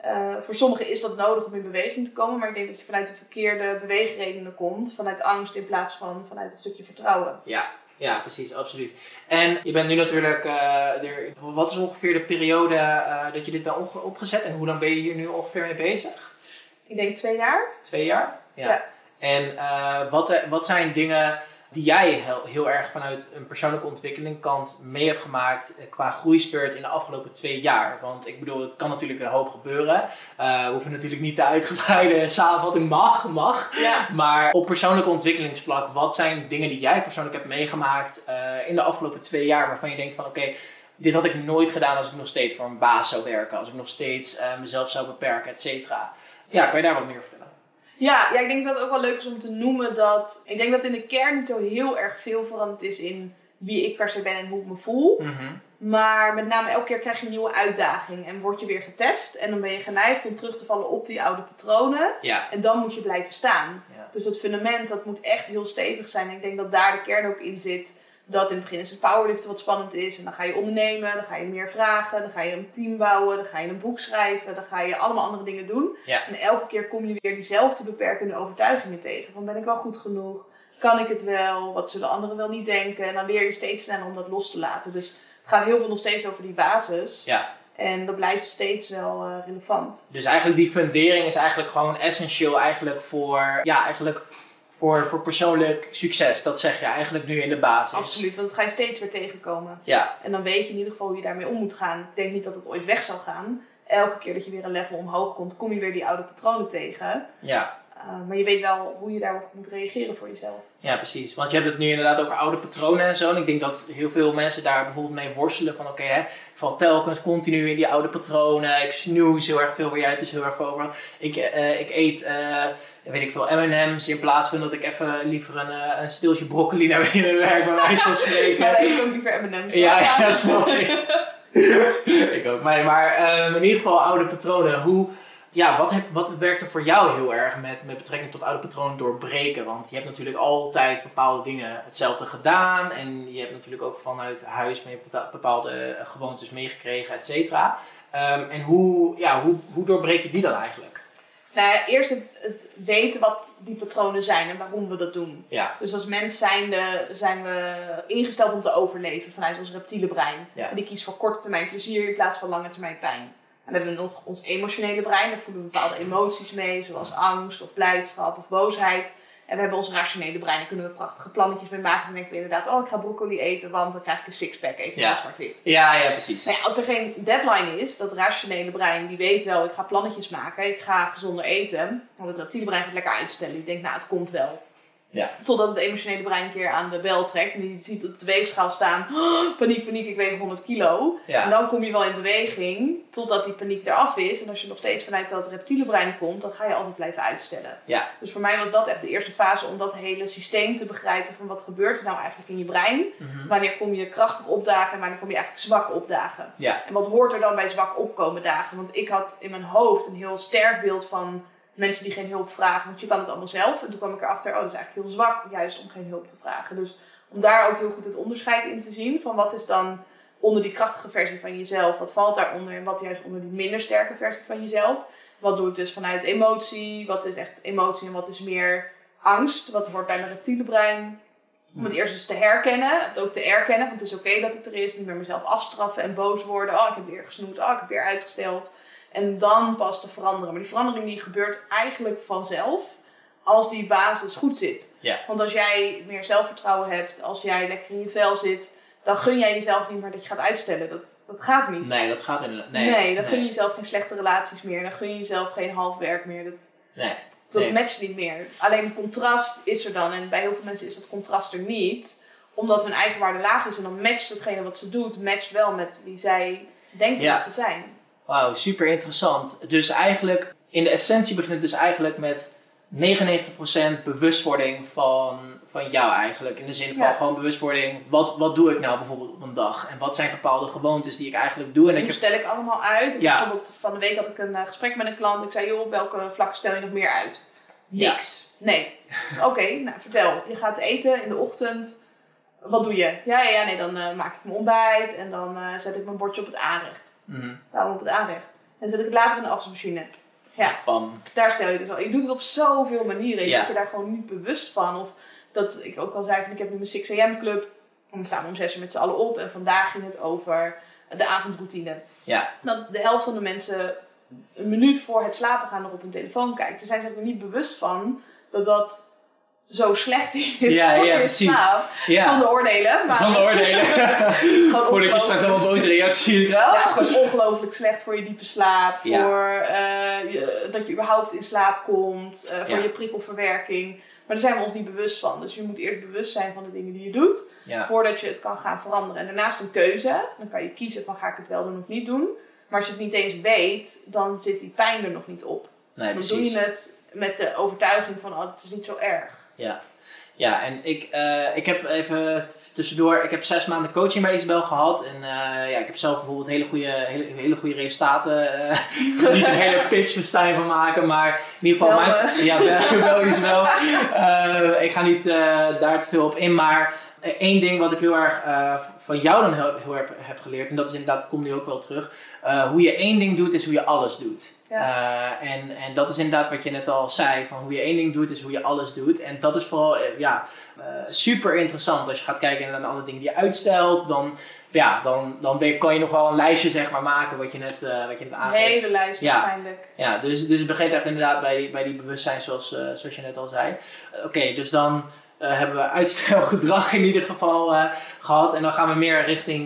Voor sommigen is dat nodig om in beweging te komen, maar ik denk dat je vanuit de verkeerde beweegredenen komt, vanuit angst in plaats van vanuit een stukje vertrouwen. Ja, precies, absoluut. En je bent nu natuurlijk, wat is ongeveer de periode dat je dit bent opgezet en hoe lang ben je hier nu ongeveer mee bezig? Ik denk 2 jaar. 2 jaar? Ja. En wat zijn dingen die jij heel erg vanuit een persoonlijke ontwikkeling kant mee hebt gemaakt qua groeispurt in de afgelopen 2 jaar? Want ik bedoel, het kan natuurlijk een hoop gebeuren. We hoeven natuurlijk niet de uitgebreide samenvatting mag. Ja. Maar op persoonlijke ontwikkelingsvlak, wat zijn dingen die jij persoonlijk hebt meegemaakt in de afgelopen 2 jaar waarvan je denkt van oké, dit had ik nooit gedaan als ik nog steeds voor een baas zou werken, als ik nog steeds mezelf zou beperken, et cetera. Ja, kan je daar wat meer vertellen? Ja, ik denk dat het ook wel leuk is om te noemen dat... Ik denk dat in de kern niet zo heel erg veel veranderd is in wie ik per se ben en hoe ik me voel. Mm-hmm. Maar met name elke keer krijg je een nieuwe uitdaging en word je weer getest. En dan ben je geneigd om terug te vallen op die oude patronen. Ja. En dan moet je blijven staan. Ja. Dus dat fundament, dat moet echt heel stevig zijn. En ik denk dat daar de kern ook in zit. Dat in het begin is een powerliften wat spannend is. En dan ga je ondernemen, dan ga je meer vragen. Dan ga je een team bouwen, dan ga je een boek schrijven. Dan ga je allemaal andere dingen doen. Ja. En elke keer kom je weer diezelfde beperkende overtuigingen tegen. Van ben ik wel goed genoeg? Kan ik het wel? Wat zullen anderen wel niet denken? En dan leer je steeds sneller om dat los te laten. Dus het gaat heel veel nog steeds over die basis. Ja. En dat blijft steeds wel relevant. Dus eigenlijk die fundering is eigenlijk gewoon essentieel eigenlijk voor persoonlijk succes. Dat zeg je eigenlijk nu in de basis. Absoluut, want dat ga je steeds weer tegenkomen. Ja. En dan weet je in ieder geval hoe je daarmee om moet gaan. Ik denk niet dat het ooit weg zal gaan. Elke keer dat je weer een level omhoog komt, kom je weer die oude patronen tegen. Ja. Maar je weet wel hoe je daarop moet reageren voor jezelf. Ja, precies. Want je hebt het nu inderdaad over oude patronen en zo. En ik denk dat heel veel mensen daar bijvoorbeeld mee worstelen. Van oké, ik val telkens continu in die oude patronen. Ik snoeze heel erg veel, waar jij het dus heel erg over. Ik eet, weet ik veel, M&M's in plaats van dat ik even liever een steeltje broccoli naar binnen werk, bij wijze van spreken. Maar ik ook liever M&M's. Ja, snap ik. Ik ook. Maar in ieder geval oude patronen. Wat werkt er voor jou heel erg met betrekking tot oude patronen doorbreken? Want je hebt natuurlijk altijd bepaalde dingen hetzelfde gedaan. En je hebt natuurlijk ook vanuit huis bepaalde gewoontes meegekregen, et cetera. En hoe doorbreek je die dan eigenlijk? Nou ja, eerst het weten wat die patronen zijn en waarom we dat doen. Ja. Dus als mens zijn we ingesteld om te overleven vanuit ons reptiele brein. Ja. En die kiest voor korte termijn plezier in plaats van lange termijn pijn. En dan hebben we nog ons emotionele brein, daar voelen we bepaalde emoties mee, zoals angst of blijdschap of boosheid. En we hebben ons rationele brein, daar kunnen we prachtige plannetjes mee maken. Dan denken we inderdaad, ik ga broccoli eten, want dan krijg ik een sixpack, even heel zwart-wit. Ja, precies. Nou ja, als er geen deadline is, dat rationele brein, die weet wel, ik ga plannetjes maken, ik ga gezonder eten. Want het reptiele brein gaat lekker uitstellen. Die denkt, het komt wel. Ja. Totdat het emotionele brein een keer aan de bel trekt en die ziet op de weegschaal staan, paniek, ik weeg 100 kilo. Ja. En dan kom je wel in beweging, totdat die paniek eraf is. En als je nog steeds vanuit dat reptiele brein komt, dan ga je altijd blijven uitstellen. Ja. Dus voor mij was dat echt de eerste fase om dat hele systeem te begrijpen van wat gebeurt er nou eigenlijk in je brein. Mm-hmm. Wanneer kom je krachtig opdagen en wanneer kom je eigenlijk zwak opdagen. Ja. En wat hoort er dan bij zwak opkomen dagen? Want ik had in mijn hoofd een heel sterk beeld van mensen die geen hulp vragen, want je kan het allemaal zelf. En toen kwam ik erachter, dat is eigenlijk heel zwak juist om geen hulp te vragen. Dus om daar ook heel goed het onderscheid in te zien van wat is dan onder die krachtige versie van jezelf, wat valt daaronder en wat juist onder die minder sterke versie van jezelf. Wat doe ik dus vanuit emotie, wat is echt emotie en wat is meer angst, wat hoort bij mijn reptiele brein. Om het eerst dus te herkennen, het ook te erkennen, want het is oké dat het er is, niet meer mezelf afstraffen en boos worden. Ik heb weer gesnoerd, ik heb weer uitgesteld. En dan pas te veranderen. Maar die verandering die gebeurt eigenlijk vanzelf als die basis goed zit. Ja. Want als jij meer zelfvertrouwen hebt, als jij lekker in je vel zit, dan gun jij jezelf niet meer dat je gaat uitstellen. Dat gaat niet. Nee, dat gaat inderdaad. Nee, dan gun je jezelf geen slechte relaties meer. Dan gun je jezelf geen half werk meer. Dat matcht niet meer. Alleen het contrast is er dan. En bij heel veel mensen is dat contrast er niet. Omdat hun eigen waarde laag is. En dan matcht hetgene wat ze doet, matcht wel met wie zij denken dat ze zijn. Wauw, super interessant. Dus eigenlijk, in de essentie begint het dus eigenlijk met 99% bewustwording van jou eigenlijk. In de zin van gewoon bewustwording, wat doe ik nou bijvoorbeeld op een dag? En wat zijn bepaalde gewoontes die ik eigenlijk doe? En hoe stel ik allemaal uit? Ja. Bijvoorbeeld van de week had ik een gesprek met een klant. Ik zei, op welke vlakken stel je nog meer uit? Niks. Ja. Nee. Oké, vertel. Je gaat eten in de ochtend. Wat doe je? Dan maak ik mijn ontbijt en dan zet ik mijn bordje op het aanrecht. Mm-hmm. Waarom op het aanrecht? dan zet ik het later in de afwasmachine. Ja, Bam. daar stel je dus al. Je doet het op zoveel manieren. Je Ja. bent je daar gewoon niet bewust van. Of dat ik ook al zei, van, ik heb nu mijn 6 AM club. En we staan om 6 uur met z'n allen op. En vandaag ging het over de avondroutine. Ja. Dat de helft van de mensen een minuut voor het slapen gaan nog op hun telefoon kijkt. Ze zijn zich er niet bewust van dat zo slecht is voor je precies. slaap. Ja. Zonder oordelen. Maar Zonder oordelen. het is gewoon Voordat je straks allemaal boze reacties krijgt. ja, het is gewoon ongelooflijk slecht voor je diepe slaap. Ja. Voor dat je überhaupt in slaap komt. Voor Ja. je prikkelverwerking. Maar daar zijn we ons niet bewust van. Dus je moet eerst bewust zijn van de dingen die je doet. Ja. Voordat je het kan gaan veranderen. En daarnaast een keuze. Dan kan je kiezen van ga ik het wel doen of niet doen. Maar als je het niet eens weet, dan zit die pijn er nog niet op. Nee, Dan precies. doe je het met de overtuiging van het is niet zo erg. Ja, en ik heb even tussendoor, ik heb 6 maanden coaching bij Isabel gehad. En ik heb zelf bijvoorbeeld hele goede resultaten. Niet een hele pitch verstijn van maken, maar in ieder geval... wel Isabel. Ik ga niet daar te veel op in, maar één ding wat ik heel erg van jou dan heel erg heb geleerd, en dat is inderdaad, komt nu ook wel terug. Hoe je één ding doet, is hoe je alles doet. Ja. En dat is inderdaad wat je net al zei, van hoe je één ding doet, is hoe je alles doet. En dat is vooral super interessant. Als je gaat kijken naar de andere dingen die je uitstelt, dan kan je nog wel een lijstje zeg maar maken wat je net Een aangeeft. hele lijst waarschijnlijk. Ja, dus het begint echt inderdaad bij die bewustzijn zoals je net al zei. Oké, dus dan hebben we uitstelgedrag in ieder geval gehad. En dan gaan we meer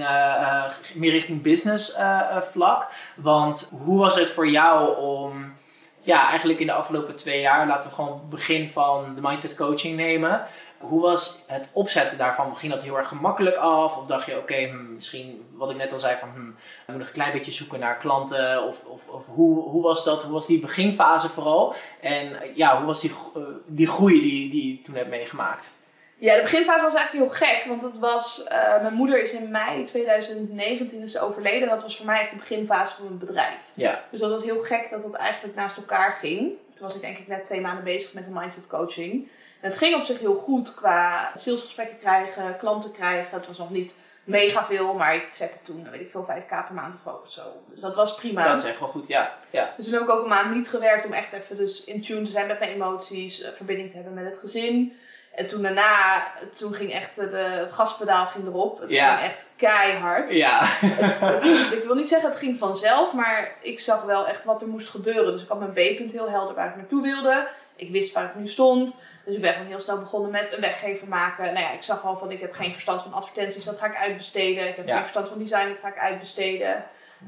richting business vlak. Want hoe was het voor jou om, eigenlijk in de afgelopen 2 jaar, laten we gewoon het begin van de mindset coaching nemen. Hoe was het opzetten daarvan? Ging dat heel erg gemakkelijk af? Of dacht je, misschien wat ik net al zei van, we moeten nog een klein beetje zoeken naar klanten? Of hoe was dat? Hoe was die beginfase vooral? En hoe was die groei die je toen hebt meegemaakt? Ja, de beginfase was eigenlijk heel gek, want het was, mijn moeder is in mei 2019 is overleden. Dat was voor mij echt de beginfase van mijn bedrijf. Ja. Dus dat was heel gek dat het eigenlijk naast elkaar ging. Toen was ik denk ik net 2 maanden bezig met de mindset coaching. En het ging op zich heel goed qua salesgesprekken krijgen, klanten krijgen. Het was nog niet mega veel, maar ik zette toen, weet ik veel, 5k per maand of zo. Dus dat was prima. Dat is echt wel goed, ja. Dus toen heb ik ook een maand niet gewerkt om echt even dus in tune te zijn met mijn emoties, verbinding te hebben met het gezin. En toen daarna, ging echt het gaspedaal ging erop. Het ging echt keihard. Ja. Ik wil niet zeggen het ging vanzelf, maar ik zag wel echt wat er moest gebeuren. Dus ik had mijn B-punt heel helder waar ik naartoe wilde. Ik wist waar ik nu stond. Dus ik ben gewoon heel snel begonnen met een weggever maken. Nou ja, ik zag al van ik heb geen verstand van advertenties, dat ga ik uitbesteden. Ik heb geen verstand van design, dat ga ik uitbesteden.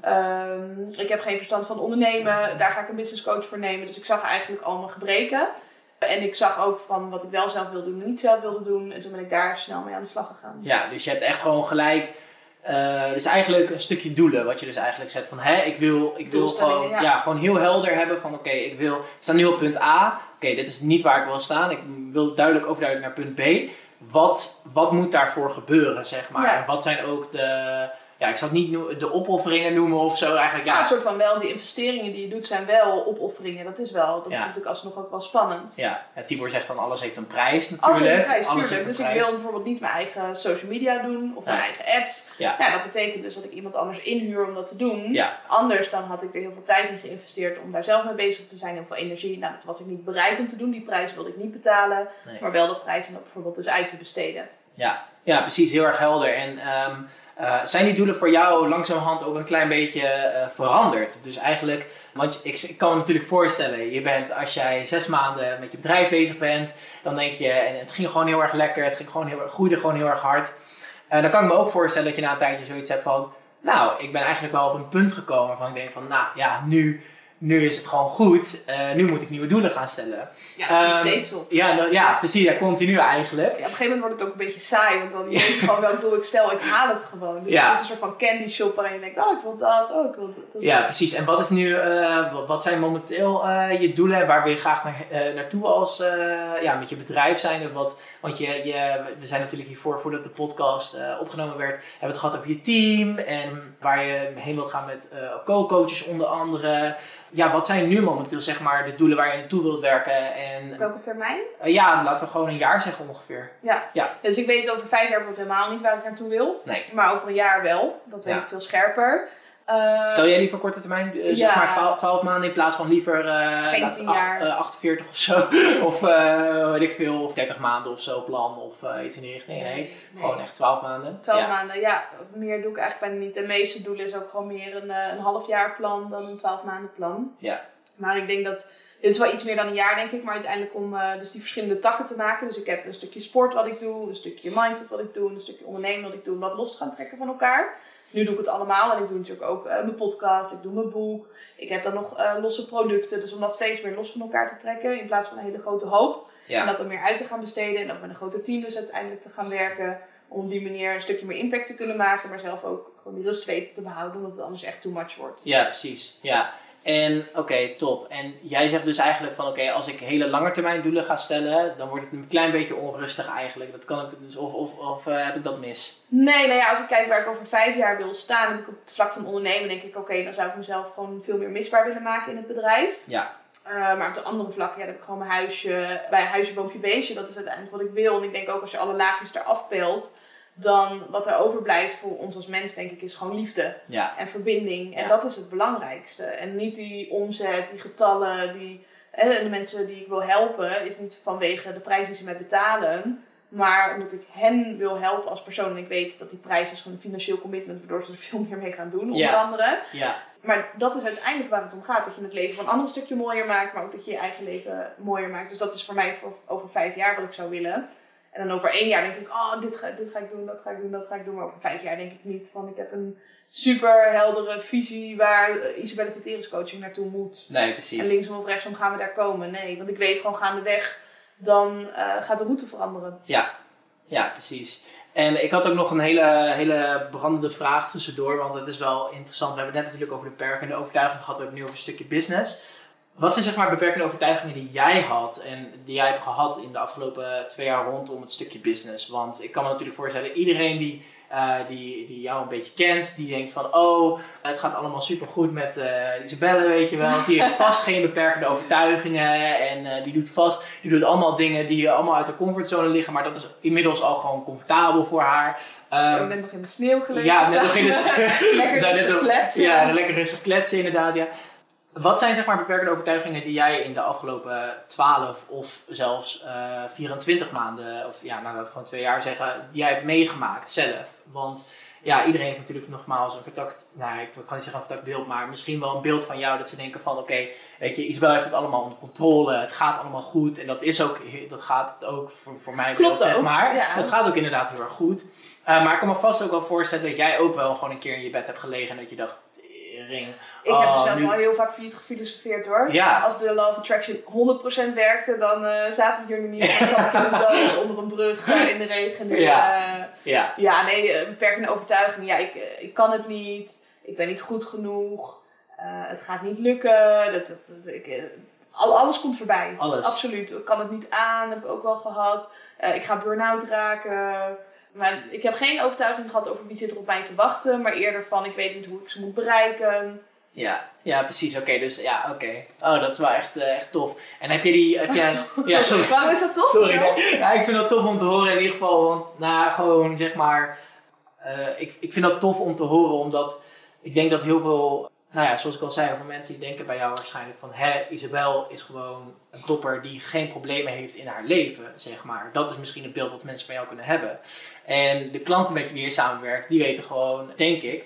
Ik heb geen verstand van ondernemen, daar ga ik een business coach voor nemen. Dus ik zag eigenlijk al mijn gebreken. En ik zag ook van wat ik wel zelf wilde doen en niet zelf wilde doen. En toen ben ik daar snel mee aan de slag gegaan. Ja, dus je hebt echt gewoon gelijk... dus eigenlijk een stukje doelen wat je dus eigenlijk zet van... ik wil gewoon, gewoon heel helder hebben van... ik sta nu op punt A. Dit is niet waar ik wil staan. Ik wil overduidelijk naar punt B. Wat moet daarvoor gebeuren, zeg maar? Ja. En wat zijn ook de... ik zal het niet de opofferingen noemen of zo eigenlijk. Ja, een soort van wel, die investeringen die je doet zijn wel opofferingen. Dat is natuurlijk alsnog ook wel spannend. Ja, Tibor zegt dan alles heeft een prijs natuurlijk. Alles heeft een prijs, tuurlijk. Dus ik wil bijvoorbeeld niet mijn eigen social media doen of mijn eigen ads. Ja, dat betekent dus dat ik iemand anders inhuur om dat te doen. Ja. Anders dan had ik er heel veel tijd in geïnvesteerd om daar zelf mee bezig te zijn. Heel veel energie. Nou, dat was ik niet bereid om te doen. Die prijs wilde ik niet betalen. Nee. Maar wel de prijs om dat bijvoorbeeld dus uit te besteden. Ja, precies. Heel erg helder. En... zijn die doelen voor jou langzamerhand ook een klein beetje veranderd? Dus eigenlijk, want ik kan me natuurlijk voorstellen, je bent als jij 6 maanden met je bedrijf bezig bent, dan denk je, en het ging gewoon heel erg lekker, het ging gewoon groeide gewoon heel erg hard. Dan kan ik me ook voorstellen dat je na een tijdje zoiets hebt van, ik ben eigenlijk wel op een punt gekomen waarvan ik denk van, nu is het gewoon goed, nu moet ik nieuwe doelen gaan stellen. Ja, nog steeds op. Ja, precies, continu eigenlijk. Ja, op een gegeven moment wordt het ook een beetje saai, want dan weet je gewoon welk doel ik stel, ik haal het gewoon. Dus het is een soort van candy shop waarin je denkt, ik wil dat, ik wil dat. Ja, precies. En wat is nu, wat zijn momenteel je doelen? Waar wil je graag naartoe als, met je bedrijf zijn? Want we zijn natuurlijk hiervoor, voordat de podcast opgenomen werd, hebben we het gehad over je team en waar je heen wilt gaan met co-coaches onder andere. Ja, wat zijn nu momenteel zeg maar de doelen waar je naartoe wilt werken? En, welke termijn? Laten we gewoon een jaar zeggen ongeveer. Ja. Dus ik weet over 5 jaar helemaal niet waar ik naartoe wil. Nee. Maar over een jaar wel. Dat weet ik veel scherper. Stel jij liever korte termijn, zeg maar 12 maanden in plaats van liever geen 10 jaar. 48 of zo, of weet ik veel, of 30 maanden of zo plan, of iets in die richting. Nee, gewoon echt 12 maanden. 12 maanden, ja. Meer doe ik eigenlijk bijna niet. De meeste doelen is ook gewoon meer een half jaar plan dan een 12 maanden plan. Ja. Maar ik denk dat, dit is wel iets meer dan een jaar denk ik, maar uiteindelijk om dus die verschillende takken te maken. Dus ik heb een stukje sport wat ik doe, een stukje mindset wat ik doe, een stukje ondernemen wat ik doe, om dat los te gaan trekken van elkaar. Nu doe ik het allemaal en ik doe natuurlijk ook mijn podcast, ik doe mijn boek. Ik heb dan nog losse producten, dus om dat steeds meer los van elkaar te trekken in plaats van een hele grote hoop. Ja. En dat er meer uit te gaan besteden en ook met een groter team dus uiteindelijk te gaan werken. Om op die manier een stukje meer impact te kunnen maken, maar zelf ook gewoon die rust weten te behouden, omdat het anders echt too much wordt. Ja, precies. Ja. En oké, top. En jij zegt dus eigenlijk van als ik hele langetermijn doelen ga stellen, dan wordt het een klein beetje onrustig eigenlijk. Dat kan ik dus, of heb ik dat mis? Nee, nou ja, als ik kijk waar ik over 5 jaar wil staan, heb ik op het vlak van ondernemen denk ik dan zou ik mezelf gewoon veel meer misbaar willen maken in het bedrijf. Ja. Maar op de andere vlakken, dan heb ik gewoon mijn huisje, bij huisje, boompje, beestje. Dat is uiteindelijk wat ik wil. En ik denk ook als je alle laagjes eraf peelt, dan wat er overblijft voor ons als mens, denk ik, is gewoon liefde en verbinding. En dat is het belangrijkste. En niet die omzet, die getallen, de mensen die ik wil helpen, is niet vanwege de prijs die ze mij betalen, maar omdat ik hen wil helpen als persoon. En ik weet dat die prijs is gewoon een financieel commitment, waardoor ze er veel meer mee gaan doen, onder andere. Ja. Maar dat is uiteindelijk waar het om gaat. Dat je het leven van anderen een stukje mooier maakt, maar ook dat je je eigen leven mooier maakt. Dus dat is voor mij over 5 jaar wat ik zou willen. En dan over 1 jaar denk ik, dit ga ik doen, dat ga ik doen, dat ga ik doen. Maar over 5 jaar denk ik niet van, ik heb een super heldere visie waar Isabelle Veteris coaching naartoe moet. Nee, precies. En linksom of rechtsom gaan we daar komen. Nee, want ik weet gewoon gaandeweg, dan gaat de route veranderen. Ja, precies. En ik had ook nog een hele brandende vraag tussendoor, want het is wel interessant. We hebben het net natuurlijk over de beperkende overtuiging gehad, we hebben het nu over een stukje business. Wat zijn zeg maar beperkende overtuigingen die jij had en die jij hebt gehad in de afgelopen 2 jaar rondom het stukje business? Want ik kan me natuurlijk voorstellen, iedereen die jou een beetje kent, die denkt van het gaat allemaal supergoed met Isabelle, weet je wel. Die heeft vast geen beperkende overtuigingen en die doet allemaal dingen die allemaal uit de comfortzone liggen, maar dat is inmiddels al gewoon comfortabel voor haar. Net nog in de sneeuw gelegen. Ja, net nog in de lekker rustig kletsen. Ja, lekker rustig kletsen inderdaad, ja. Wat zijn zeg maar beperkende overtuigingen die jij in de afgelopen 12 of zelfs 24 maanden, of laten we gewoon 2 jaar zeggen, die jij hebt meegemaakt zelf? Want iedereen heeft natuurlijk nogmaals een vertakt, ik kan niet zeggen een vertakt beeld, maar misschien wel een beeld van jou dat ze denken van weet je, Isabelle heeft het allemaal onder controle, het gaat allemaal goed en dat gaat ook voor mij klopt zeg maar. Ja. Dat gaat ook inderdaad heel erg goed. Maar ik kan me vast ook wel voorstellen dat jij ook wel gewoon een keer in je bed hebt gelegen en dat je dacht, ring. Ik heb er zelf wel heel vaak gefilosofeerd hoor. Ja. Als de Law of Attraction 100% werkte, dan zaten we hier nu niet. Dan zat ik in een doos onder een brug in de regen. Beperkende overtuiging. Ja, ik kan het niet. Ik ben niet goed genoeg. Het gaat niet lukken. Alles komt voorbij. Alles. Absoluut. Ik kan het niet aan. Heb ik ook wel gehad. Ik ga burn-out raken. Maar ik heb geen overtuiging gehad over wie zit er op mij te wachten. Maar eerder van, ik weet niet hoe ik ze moet bereiken. Ja, precies. Oké. Oh, dat is wel echt tof. En heb jij... Ja, sorry. Waarom is dat tof? Sorry. Ik vind dat tof om te horen in ieder geval. Want, gewoon zeg maar... ik vind dat tof om te horen, omdat ik denk dat heel veel... zoals ik al zei, over mensen die denken bij jou waarschijnlijk van... Isabelle is gewoon een topper die geen problemen heeft in haar leven, zeg maar. Dat is misschien het beeld wat mensen van jou kunnen hebben. En de klanten met wie je samenwerkt, die weten gewoon, denk ik...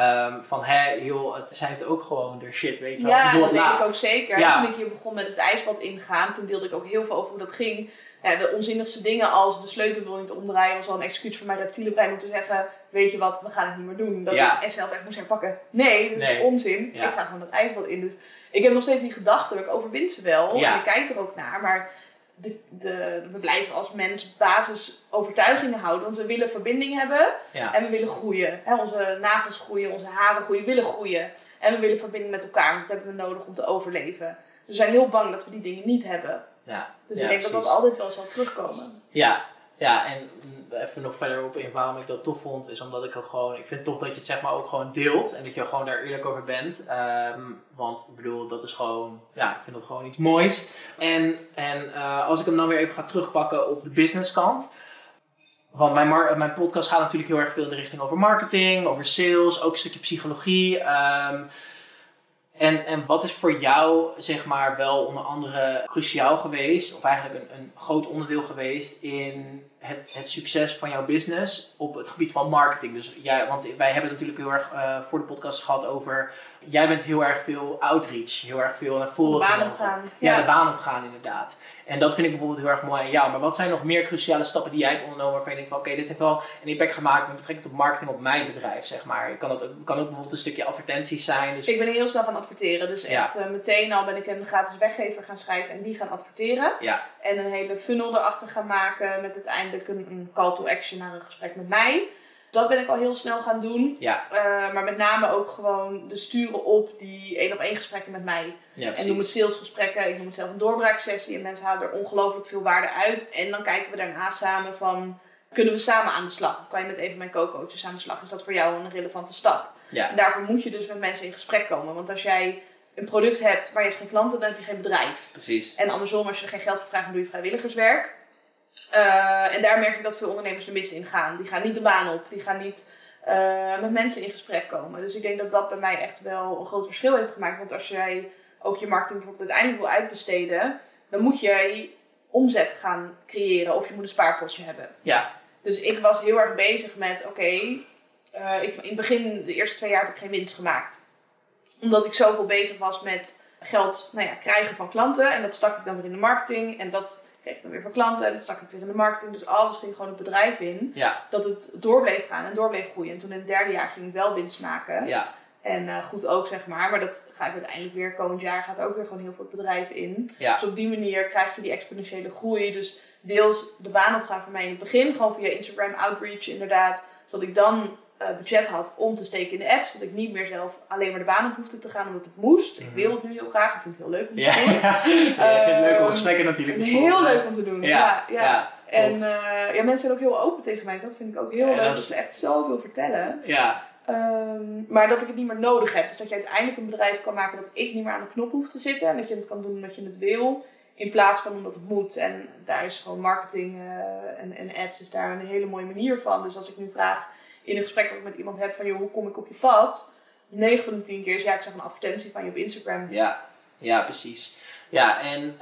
zij heeft ook gewoon de shit, weet je wel. Ja, dat denk ik ook zeker. Ja. Toen ik hier begon met het ijsbad ingaan, toen deelde ik ook heel veel over hoe dat ging. Ja, de onzinnigste dingen als de sleutel wil niet omdraaien was al een excuus voor mijn reptiele brein om te zeggen, weet je wat, we gaan het niet meer doen. Dat ik zelf echt moest herpakken. Nee, dat is onzin. Ja. Ik ga gewoon dat ijsbad in. Dus ik heb nog steeds die gedachten, ik overwin ze wel. Ja. En ik kijk er ook naar, maar we blijven als mens basisovertuigingen houden. Want we willen verbinding hebben en we willen groeien. Onze nagels groeien, onze haren groeien, we willen groeien. En we willen verbinding met elkaar, want dat hebben we nodig om te overleven. Dus we zijn heel bang dat we die dingen niet hebben. Dus ik denk dat dat altijd wel zal terugkomen. Ja, en even nog verder op in waarom ik dat tof vond, is omdat ik ook gewoon, ik vind het tof dat je het zeg maar ook gewoon deelt en dat je gewoon daar eerlijk over bent. Want ik bedoel, dat is gewoon, ik vind dat gewoon iets moois. En als ik hem dan weer even ga terugpakken op de businesskant. Want mijn podcast gaat natuurlijk heel erg veel in de richting over marketing, over sales, ook een stukje psychologie. En wat is voor jou, zeg maar, wel onder andere cruciaal geweest, of eigenlijk een groot onderdeel geweest in het succes van jouw business op het gebied van marketing? Dus want wij hebben natuurlijk heel erg voor de podcast gehad over, jij bent heel erg veel outreach, heel erg veel naar voren. De baan opgaan. Ja, de baan opgaan inderdaad. En dat vind ik bijvoorbeeld heel erg mooi aan jou. Maar wat zijn nog meer cruciale stappen die jij hebt ondernomen waarvan je denkt van oké, dit heeft wel een impact gemaakt met betrekking tot marketing op mijn bedrijf, zeg maar. Kan ook bijvoorbeeld een stukje advertenties zijn. Dus... Ik ben heel snel gaan adverteren. Dus echt meteen al ben ik een gratis weggever gaan schrijven en die gaan adverteren. Ja. En een hele funnel erachter gaan maken met uiteindelijk een call to action naar een gesprek met mij. Dat ben ik al heel snel gaan doen. Ja. Maar met name ook gewoon de sturen op die 1-op-1 gesprekken met mij. Ja, en noem het salesgesprekken. Ik noem het zelf een doorbraaksessie. En mensen halen er ongelooflijk veel waarde uit. En dan kijken we daarna samen van, kunnen we samen aan de slag? Of kan je met een van mijn co-coaches aan de slag? Is dat voor jou een relevante stap? Ja. En daarvoor moet je dus met mensen in gesprek komen. Want als jij een product hebt, maar je hebt geen klanten, dan heb je geen bedrijf. Precies. En andersom, als je er geen geld voor vraagt, dan doe je vrijwilligerswerk. En daar merk ik dat veel ondernemers de mis in gaan. Die gaan niet de baan op. Die gaan niet met mensen in gesprek komen. Dus ik denk dat dat bij mij echt wel een groot verschil heeft gemaakt. Want als jij ook je marketing bijvoorbeeld uiteindelijk wil uitbesteden, dan moet jij omzet gaan creëren. Of je moet een spaarpotje hebben. Ja. Dus ik was heel erg bezig met, in het begin, de eerste 2 jaar heb ik geen winst gemaakt. Omdat ik zoveel bezig was met geld krijgen van klanten. En dat stak ik dan weer in de marketing. En dat kreeg ik dan weer van klanten. En dat stak ik weer in de marketing. Dus alles ging gewoon het bedrijf in. Ja. Dat het door bleef gaan en door bleef groeien. En toen in het 3e jaar ging ik wel winst maken. Ja. En goed ook, zeg maar. Maar dat ga ik uiteindelijk weer, komend jaar gaat ook weer gewoon heel veel het bedrijf in. Ja. Dus op die manier krijg je die exponentiële groei. Dus deels de baan opgaan voor mij in het begin. Gewoon via Instagram outreach inderdaad. Zodat ik dan budget had om te steken in de ads. Dat ik niet meer zelf alleen maar de baan op hoefde te gaan omdat het moest. Ik wil het nu heel graag. Ik vind het heel leuk om te doen. Ja, ik vind het leuk om gesprekken natuurlijk te voeren. Heel leuk om te doen. Ja. En tof. mensen zijn ook heel open tegen mij. Dus dat vind ik ook heel leuk. Dat ze echt zoveel vertellen. Ja. Maar dat ik het niet meer nodig heb. Dus dat je uiteindelijk een bedrijf kan maken dat ik niet meer aan de knop hoef te zitten. En dat je het kan doen omdat je het wil. In plaats van omdat het moet. En daar is gewoon marketing en ads is daar een hele mooie manier van. Dus als ik nu vraag in een gesprek dat ik met iemand heb van, joh, hoe kom ik op je pad? 9 van de 10 keer is, ik zag een advertentie van je op Instagram. Ja, precies. Ja, en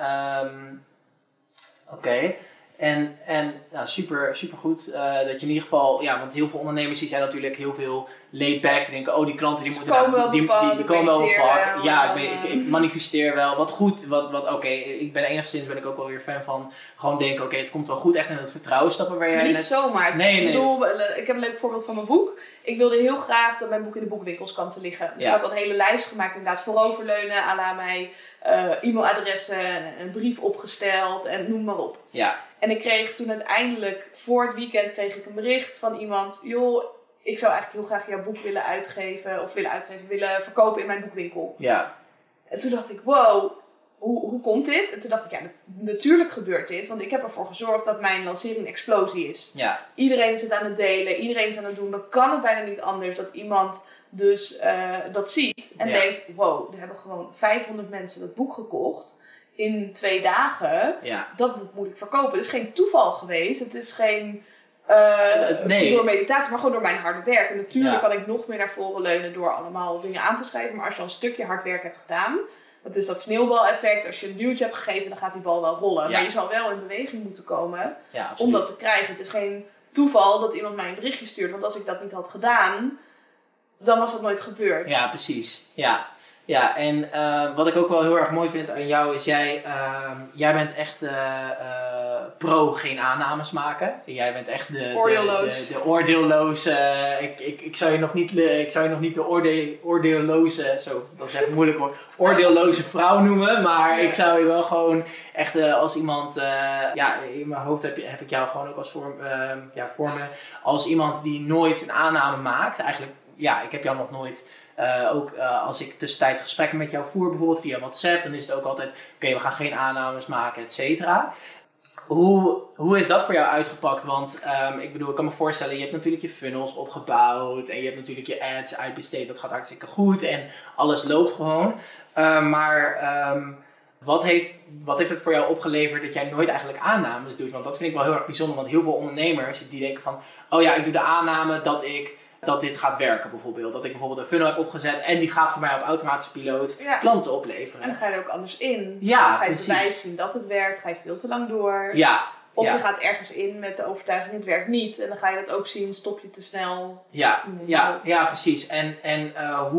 oké. En nou, super goed dat je in ieder geval, want heel veel ondernemers die zijn natuurlijk heel veel laid back. Die denken, die klanten die moeten komen wel die komen wel op pad. Ja, dan, ik manifesteer wel. Wat goed, ik ben enigszins ook wel weer fan van gewoon denken, het komt wel goed, echt in het vertrouwen stappen waar jij niet zomaar. Nee. Ik heb een leuk voorbeeld van mijn boek. Ik wilde heel graag dat mijn boek in de boekwinkels kwam te liggen. Dus ik had al een hele lijst gemaakt, inderdaad vooroverleunen, à la mij e-mailadressen, een brief opgesteld en noem maar op. Ja. En ik kreeg toen uiteindelijk, voor het weekend, kreeg ik een bericht van iemand, joh, ik zou eigenlijk heel graag jouw boek willen verkopen in mijn boekwinkel. Ja. En toen dacht ik, wow, hoe komt dit? En toen dacht ik, natuurlijk gebeurt dit, want ik heb ervoor gezorgd dat mijn lancering een explosie is. Ja. Iedereen zit aan het delen, iedereen is aan het doen. Dan kan het bijna niet anders dat iemand dus dat ziet en denkt, wow, er hebben gewoon 500 mensen dat boek gekocht in 2 dagen. Ja. Dat boek moet ik verkopen. Het is geen toeval geweest. Het is geen door meditatie, maar gewoon door mijn harde werk. En natuurlijk kan ik nog meer naar voren leunen door allemaal dingen aan te schrijven. Maar als je al een stukje hard werk hebt gedaan, dat is dat sneeuwbaleffect. Als je een duwtje hebt gegeven, dan gaat die bal wel rollen. Ja. Maar je zal wel in beweging moeten komen om dat te krijgen. Het is geen toeval dat iemand mij een berichtje stuurt. Want als ik dat niet had gedaan, dan was dat nooit gebeurd. Ja, precies. Ja, en wat ik ook wel heel erg mooi vind aan jou is jij bent echt pro geen aannames maken. Jij bent echt de oordeelloze. Ik zou je nog niet de oordeelloze, zo, dat is echt moeilijk hoor, oordeelloze vrouw noemen. Maar ik zou je wel gewoon echt als iemand, in mijn hoofd heb ik jou gewoon ook als voor me, als iemand die nooit een aanname maakt. Eigenlijk, ik heb jou nog nooit... als ik tussentijds gesprekken met jou voer, bijvoorbeeld via WhatsApp, dan is het ook altijd, we gaan geen aannames maken, et cetera. Hoe is dat voor jou uitgepakt? Want ik kan me voorstellen, je hebt natuurlijk je funnels opgebouwd en je hebt natuurlijk je ads uitbesteed, dat gaat hartstikke goed en alles loopt gewoon. Maar Wat heeft het voor jou opgeleverd dat jij nooit eigenlijk aannames doet? Want dat vind ik wel heel erg bijzonder, want heel veel ondernemers die denken van, oh ja, ik doe de aanname dat dit gaat werken bijvoorbeeld. Dat ik bijvoorbeeld een funnel heb opgezet en die gaat voor mij op automatische piloot klanten opleveren. En dan ga je er ook anders in. Ja, ga je precies. bewijs zien dat het werkt, ga je veel te lang door. Ja. Of je gaat ergens in met de overtuiging het werkt niet. En dan ga je dat ook zien, stop je te snel. Ja, precies. En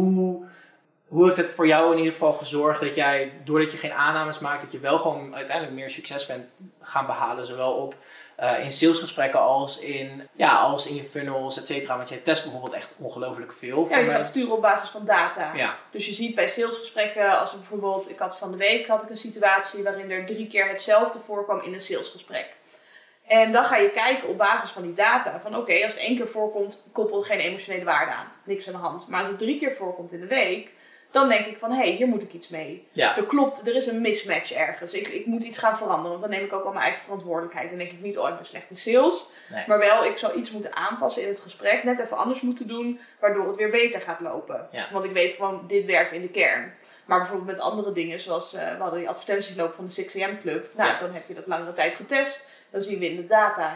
hoe heeft het voor jou in ieder geval gezorgd dat jij, doordat je geen aannames maakt, dat je wel gewoon uiteindelijk meer succes bent gaan behalen? Zowel in salesgesprekken als in je funnels, et cetera. Want jij test bijvoorbeeld echt ongelooflijk veel. Ja, je gaat sturen op basis van data. Ja. Dus je ziet bij salesgesprekken, als er bijvoorbeeld, van de week had ik een situatie waarin er 3 keer hetzelfde voorkwam in een salesgesprek. En dan ga je kijken op basis van die data. Van oké, als het 1 keer voorkomt, koppel geen emotionele waarde aan. Niks aan de hand. Maar als het 3 keer voorkomt in de week, dan denk ik van hé, hier moet ik iets mee. Ja. Dat klopt, er is een mismatch ergens. Ik moet iets gaan veranderen, want dan neem ik ook wel mijn eigen verantwoordelijkheid. Dan denk ik niet, ik ben slecht in sales. Nee. Maar wel, ik zou iets moeten aanpassen in het gesprek. Net even anders moeten doen, waardoor het weer beter gaat lopen. Ja. Want ik weet gewoon, dit werkt in de kern. Maar bijvoorbeeld met andere dingen, zoals we hadden die advertentieloop van de 6 AM Club. Nou, dan heb je dat langere tijd getest. Dan zien we in de data,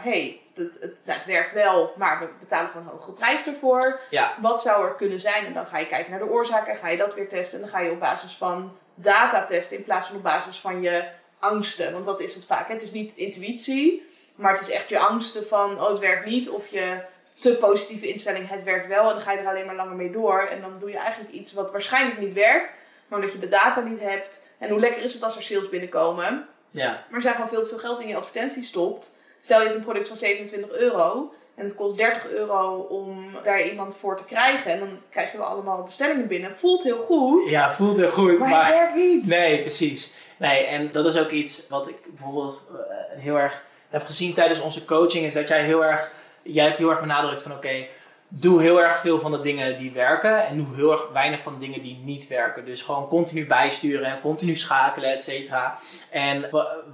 het werkt wel, maar we betalen gewoon een hogere prijs ervoor. Ja. Wat zou er kunnen zijn? En dan ga je kijken naar de oorzaken, ga je dat weer testen. En dan ga je op basis van data testen in plaats van op basis van je angsten. Want dat is het vaak. Het is niet intuïtie, maar het is echt je angsten van, het werkt niet. Of je te positieve instelling, het werkt wel. En dan ga je er alleen maar langer mee door. En dan doe je eigenlijk iets wat waarschijnlijk niet werkt, maar omdat je de data niet hebt. En hoe lekker is het als er sales binnenkomen? Ja. Maar er zijn gewoon veel te veel geld in je advertentie stopt. Stel je hebt een product van €27 en het kost €30 om daar iemand voor te krijgen. En dan krijg je wel allemaal bestellingen binnen. Voelt heel goed. Ja, voelt heel goed. Maar het werkt niet. Nee, precies. Nee, en dat is ook iets wat ik bijvoorbeeld heel erg heb gezien tijdens onze coaching. Is dat jij hebt heel erg benadrukt van oké, doe heel erg veel van de dingen die werken en doe heel erg weinig van de dingen die niet werken. Dus gewoon continu bijsturen en continu schakelen, et cetera. En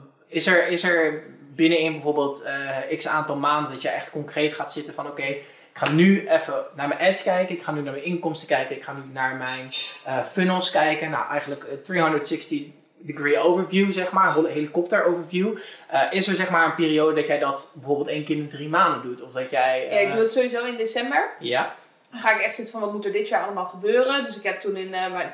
is er binnenin bijvoorbeeld x aantal maanden dat je echt concreet gaat zitten van oké, ik ga nu even naar mijn ads kijken, ik ga nu naar mijn inkomsten kijken, ik ga nu naar mijn funnels kijken. Nou, eigenlijk 360-degree overview, zeg maar, een helikopter overview. Is er zeg maar een periode dat jij dat bijvoorbeeld 1 keer in 3 maanden doet? Of dat jij... Ja, ik doe het sowieso in december. Ja. Dan ga ik echt zitten van wat moet er dit jaar allemaal gebeuren. Dus ik heb toen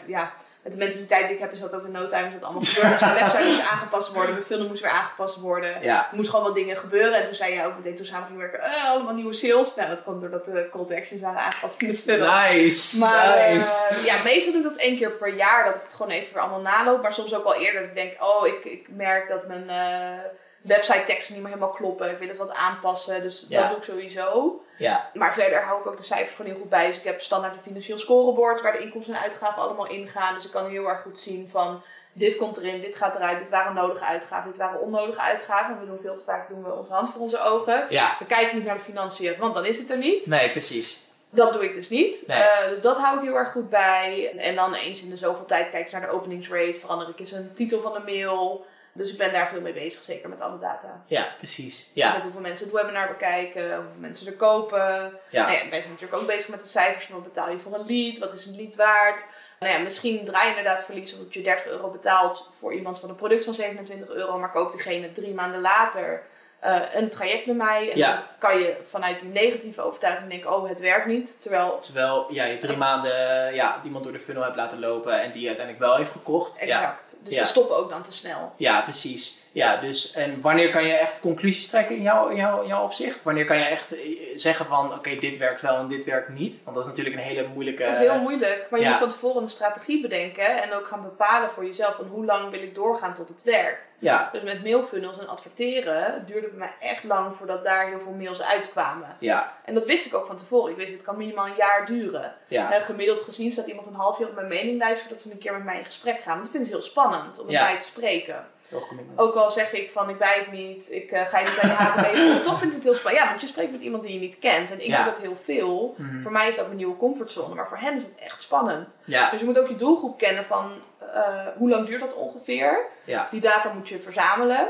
met de mentaliteit die ik heb is dat ook in no time is dat allemaal gebeurd. Dus mijn website moest aangepast worden, mijn funnel moest weer aangepast worden. Ja. Er moest gewoon wat dingen gebeuren. En toen zei jij ook meteen, toen samen gingen werken, allemaal nieuwe sales. Nou, dat kwam doordat de call to actions waren aangepast in de funnel. Nice, maar, nice. Meestal doe ik dat 1 keer per jaar, dat ik het gewoon even weer allemaal naloop. Maar soms ook al eerder dat ik denk, ik merk dat mijn website teksten niet meer helemaal kloppen. Ik wil het wat aanpassen, dus dat doe ik sowieso. Ja. Maar verder hou ik ook de cijfers gewoon heel goed bij. Dus ik heb standaard een financieel scorebord waar de inkomsten en uitgaven allemaal ingaan. Dus ik kan heel erg goed zien van dit komt erin, dit gaat eruit, dit waren nodige uitgaven, dit waren onnodige uitgaven. We doen veel te vaak onze hand voor onze ogen. Ja. We kijken niet naar de financiën, want dan is het er niet. Nee, precies. Dat doe ik dus niet. Nee. Dus dat hou ik heel erg goed bij. En dan eens in de zoveel tijd kijk ik naar de openingsrate. Verander ik eens een titel van de mail. Dus ik ben daar veel mee bezig, zeker met alle data. Ja, precies. Ja. Met hoeveel mensen het webinar bekijken, hoeveel mensen er kopen. Ja. Nou ja, wij zijn natuurlijk ook bezig met de cijfers. Wat betaal je voor een lead? Wat is een lead waard? Nou ja, misschien draai je inderdaad verlies omdat je €30 betaalt voor iemand van een product van €27. Maar koopt diegene 3 maanden later een traject met mij. En dan kan je vanuit die negatieve overtuiging denken, het werkt niet. Terwijl je 3 maanden iemand door de funnel hebt laten lopen en die uiteindelijk wel heeft gekocht. Exact. Dus we stoppen ook dan te snel. Ja, precies. Ja, dus en wanneer kan je echt conclusies trekken in jouw opzicht? Wanneer kan je echt zeggen van oké, dit werkt wel en dit werkt niet? Want dat is natuurlijk een hele moeilijke... Dat is heel moeilijk, maar je moet van tevoren een strategie bedenken en ook gaan bepalen voor jezelf van hoe lang wil ik doorgaan tot het werkt. Ja. Dus met mailfunnels en adverteren duurde het bij mij echt lang voordat daar heel veel mails uitkwamen. Ja. En dat wist ik ook van tevoren. Ik wist het kan minimaal 1 jaar duren. Ja. Gemiddeld gezien staat iemand een half jaar op mijn mailinglijst voordat ze een keer met mij in gesprek gaan. Want dat vinden ze heel spannend om met mij te spreken. Ook al zeg ik van ik bij het niet, ik ga je niet aan je haken bezig. Toch vind ik het heel spannend. Ja, want je spreekt met iemand die je niet kent. En ik doe dat heel veel. Mm-hmm. Voor mij is dat mijn nieuwe comfortzone. Maar voor hen is het echt spannend. Ja. Dus je moet ook je doelgroep kennen van hoe lang duurt dat ongeveer. Ja. Die data moet je verzamelen.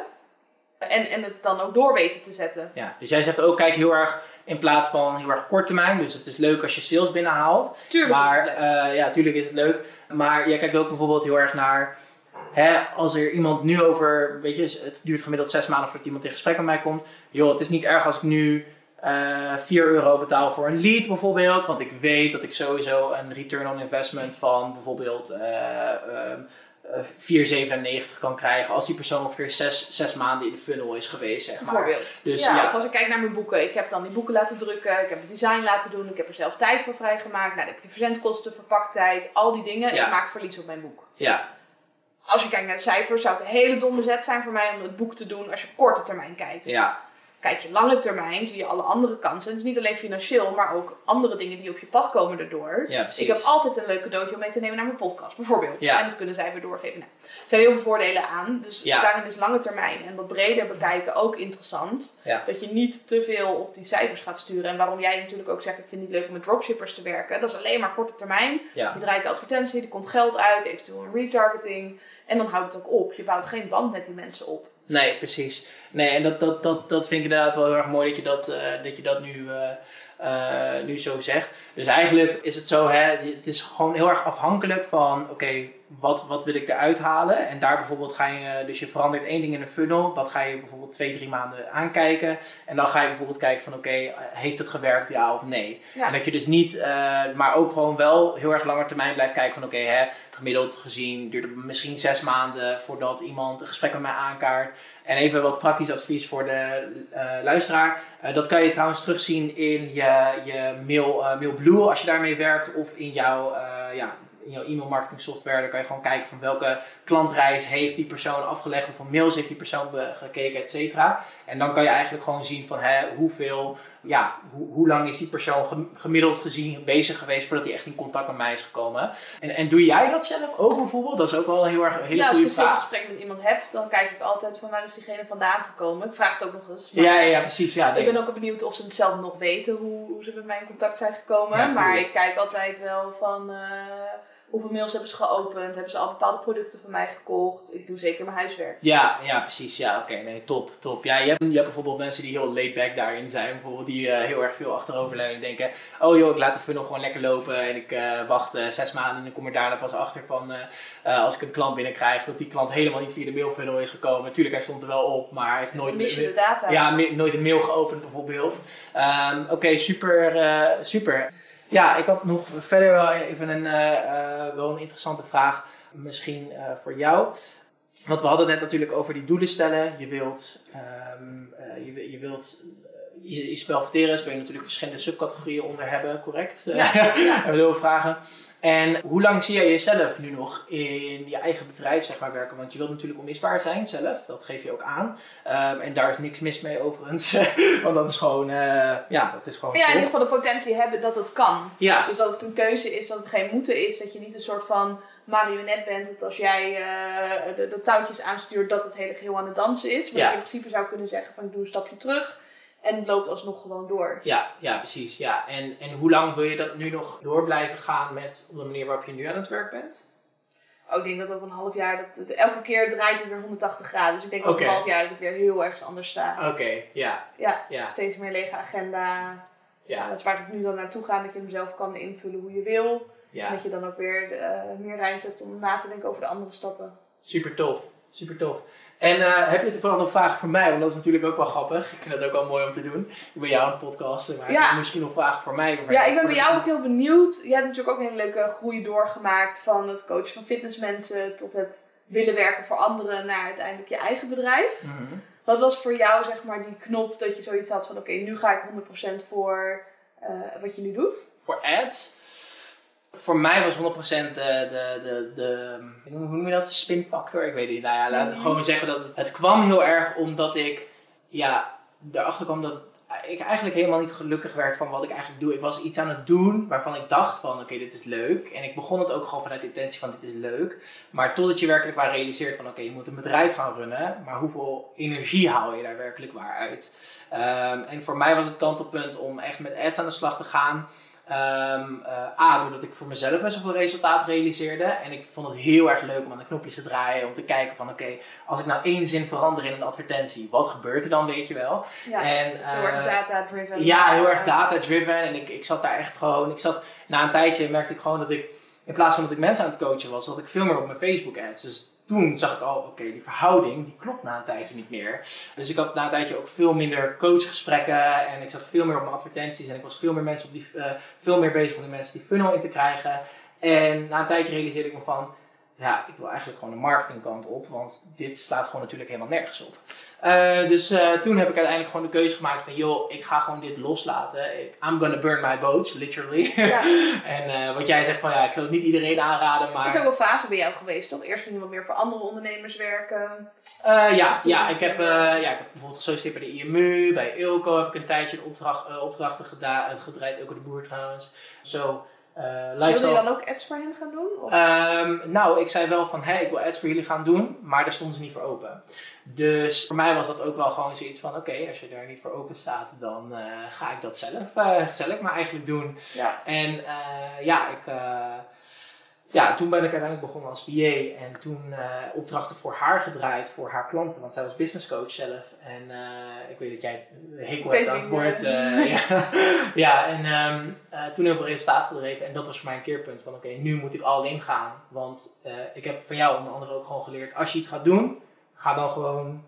En het dan ook door weten te zetten. Ja. Dus jij zegt ook kijk heel erg in plaats van heel erg kort termijn. Dus het is leuk als je sales binnenhaalt. Tuurlijk maar, is het leuk. tuurlijk is het leuk. Maar jij kijkt ook bijvoorbeeld heel erg naar... als er iemand nu over, weet je, het duurt gemiddeld 6 maanden voordat iemand in gesprek met mij komt. Joh, het is niet erg als ik nu €4 betaal voor een lead bijvoorbeeld. Want ik weet dat ik sowieso een return on investment van bijvoorbeeld €4,97 kan krijgen als die persoon ongeveer 6 maanden in de funnel is geweest, zeg maar. Bijvoorbeeld. Dus, of als ik kijk naar mijn boeken. Ik heb dan die boeken laten drukken, ik heb het design laten doen, ik heb er zelf tijd voor vrijgemaakt. Nou, dan heb je verzendkosten, verpaktijd, al die dingen. Ik maak verlies op mijn boek. Ja. Als je kijkt naar de cijfers, zou het een hele domme zet zijn voor mij om het boek te doen als je korte termijn kijkt. Ja. Kijk je lange termijn, zie je alle andere kansen. Het is niet alleen financieel, maar ook andere dingen die op je pad komen erdoor. Ja, precies. Ik heb altijd een leuk cadeautje om mee te nemen naar mijn podcast, bijvoorbeeld. Ja. En dat kunnen zij weer doorgeven. Nou, er zijn heel veel voordelen aan. Dus daarin is lange termijn en wat breder bekijken ook interessant. Ja. Dat je niet te veel op die cijfers gaat sturen. En waarom jij natuurlijk ook zegt, ik vind het niet leuk om met dropshippers te werken. Dat is alleen maar korte termijn. Ja. Je draait de advertentie, er komt geld uit, eventueel een retargeting. En dan houdt het ook op. Je bouwt geen band met die mensen op. Nee, precies. Nee, en dat vind ik inderdaad wel heel erg mooi dat je dat nu zo zegt. Dus eigenlijk is het zo, het is gewoon heel erg afhankelijk van, oké, wat wil ik eruit halen? En daar bijvoorbeeld ga je, dus je verandert één ding in een funnel, dat ga je bijvoorbeeld 2-3 maanden aankijken. En dan ga je bijvoorbeeld kijken van, oké, heeft het gewerkt, ja of nee? Ja. En dat je dus niet, maar ook gewoon wel heel erg langer termijn blijft kijken van, oké, gemiddeld gezien duurt het misschien 6 maanden voordat iemand een gesprek met mij aankaart. En even wat praktisch advies voor de luisteraar. Dat kan je trouwens terugzien in je MailBlue als je daarmee werkt. Of in jouw e-mail marketing software. Dan kan je gewoon kijken van welke klantreis heeft die persoon afgelegd. Hoeveel mails heeft die persoon gekeken, et cetera. En dan kan je eigenlijk gewoon zien van hoe lang is die persoon gemiddeld gezien bezig geweest voordat hij echt in contact met mij is gekomen. En doe jij dat zelf ook bijvoorbeeld? Dat is ook wel een hele goede vraag. Als ik een gesprek met iemand heb, dan kijk ik altijd van waar is diegene vandaan gekomen. Ik vraag het ook nog eens. Ja, precies. Ja, ik ben ook benieuwd of ze het zelf nog weten hoe ze met mij in contact zijn gekomen. Ja, maar ik kijk altijd wel van hoeveel mails hebben ze geopend? Hebben ze al bepaalde producten van mij gekocht? Ik doe zeker mijn huiswerk. Ja, precies. Ja, oké. Nee, top. Ja, je hebt bijvoorbeeld mensen die heel laid back daarin zijn. Bijvoorbeeld die heel erg veel achteroverleunen en denken, oh joh, ik laat de funnel gewoon lekker lopen en ik wacht 6 maanden en dan kom er daarna pas achter van als ik een klant binnenkrijg, dat die klant helemaal niet via de mailfunnel is gekomen. Natuurlijk, hij stond er wel op, maar hij heeft nooit de data. Ja, nooit een mail geopend bijvoorbeeld. Oké, super. Ja, ik had nog verder wel even wel een interessante vraag, misschien voor jou. Want we hadden het net natuurlijk over die doelen stellen. Je wilt je spel verteren, wil je natuurlijk verschillende subcategorieën onder hebben, correct? Ja. Hebben we heel veel vragen. En hoe lang zie jij jezelf nu nog in je eigen bedrijf zeg maar, werken? Want je wilt natuurlijk onmisbaar zijn zelf, dat geef je ook aan. En daar is niks mis mee overigens, want dat is gewoon dat is gewoon in ieder geval de potentie hebben dat het kan. Ja. Dus dat het een keuze is, dat het geen moeten is, dat je niet een soort van marionet bent, dat als jij de touwtjes aanstuurt, dat het hele geheel aan het dansen is. Maar dat je in principe zou kunnen zeggen van ik doe een stapje terug. En het loopt alsnog gewoon door. Ja, precies. Ja. En hoe lang wil je dat nu nog door blijven gaan op de manier waarop je nu aan het werk bent? Ik denk dat over een half jaar, elke keer draait het weer 180 graden. Dus ik denk over een half jaar dat ik weer heel ergens anders sta. Oké. Ja, steeds meer lege agenda. Ja. Dat is waar ik nu dan naartoe ga. Dat je hem zelf kan invullen hoe je wil. Ja. En dat je dan ook weer meer ruimte hebt om na te denken over de andere stappen. Super tof. En heb je toevallig nog vragen voor mij? Want dat is natuurlijk ook wel grappig. Ik vind dat ook wel mooi om te doen. Ik ben jou aan het podcasten, maar heb je misschien nog vragen voor mij? Ja, ik ben bij jou ook heel benieuwd. Je hebt natuurlijk ook een hele leuke groei doorgemaakt van het coachen van fitnessmensen tot het willen werken voor anderen naar uiteindelijk je eigen bedrijf. Mm-hmm. Wat was voor jou zeg maar die knop dat je zoiets had van oké, nu ga ik 100% voor wat je nu doet? Voor ads? Voor mij was 100% hoe noem je dat? De spinfactor? Ik weet niet. Nou ja, laten we gewoon zeggen dat het kwam heel erg omdat ik erachter kwam dat ik eigenlijk helemaal niet gelukkig werd van wat ik eigenlijk doe. Ik was iets aan het doen waarvan ik dacht van oké, dit is leuk. En ik begon het ook gewoon vanuit de intentie van dit is leuk. Maar totdat je werkelijk waar realiseert van oké, je moet een bedrijf gaan runnen. Maar hoeveel energie haal je daar werkelijk waar uit? En voor mij was het kantelpunt om echt met ads aan de slag te gaan. Doordat ik voor mezelf best wel veel resultaat realiseerde. En ik vond het heel erg leuk om aan de knopjes te draaien. Om te kijken van oké, als ik nou 1 zin verander in een advertentie. Wat gebeurt er dan, weet je wel? Ja, heel erg data-driven. Ja, heel erg data-driven. En ik zat daar echt gewoon... Na een tijdje merkte ik gewoon dat ik... In plaats van dat ik mensen aan het coachen was, zat ik veel meer op mijn Facebook ads. Dus toen zag ik al, oké, die verhouding die klopt na een tijdje niet meer. Dus ik had na een tijdje ook veel minder coachgesprekken en ik zat veel meer op mijn advertenties en ik was veel meer bezig om de mensen die funnel in te krijgen. En na een tijdje realiseerde ik me van, ja, ik wil eigenlijk gewoon de marketingkant op, want dit slaat gewoon natuurlijk helemaal nergens op. Dus toen heb ik uiteindelijk gewoon de keuze gemaakt van, joh, ik ga gewoon dit loslaten. I'm gonna burn my boats, literally. Ja. En wat jij zegt van, ja, ik zal het niet iedereen aanraden, maar... Dat is ook een fase bij jou geweest, toch? Eerst ging je wat meer voor andere ondernemers werken. Ik heb bijvoorbeeld gesolliciteerd bij de IMU, bij Ilco heb ik een tijdje opdrachten gedraaid, Ilco de Boer trouwens. Zo. Wilde je dan ook ads voor hen gaan doen? Ik zei wel van, ik wil ads voor jullie gaan doen, maar daar stonden ze niet voor open. Dus voor mij was dat ook wel gewoon zoiets van, oké, als je daar niet voor open staat, dan ga ik dat zelf maar eigenlijk doen. Ja. En toen ben ik uiteindelijk begonnen als VA en toen opdrachten voor haar gedraaid, voor haar klanten, want zij was business coach zelf. En ik weet dat jij hekel hebt aan het woord. Toen heel veel resultaat gedreven en dat was voor mij een keerpunt van oké, nu moet ik all in gaan. Want ik heb van jou onder andere ook gewoon geleerd, als je iets gaat doen, ga dan gewoon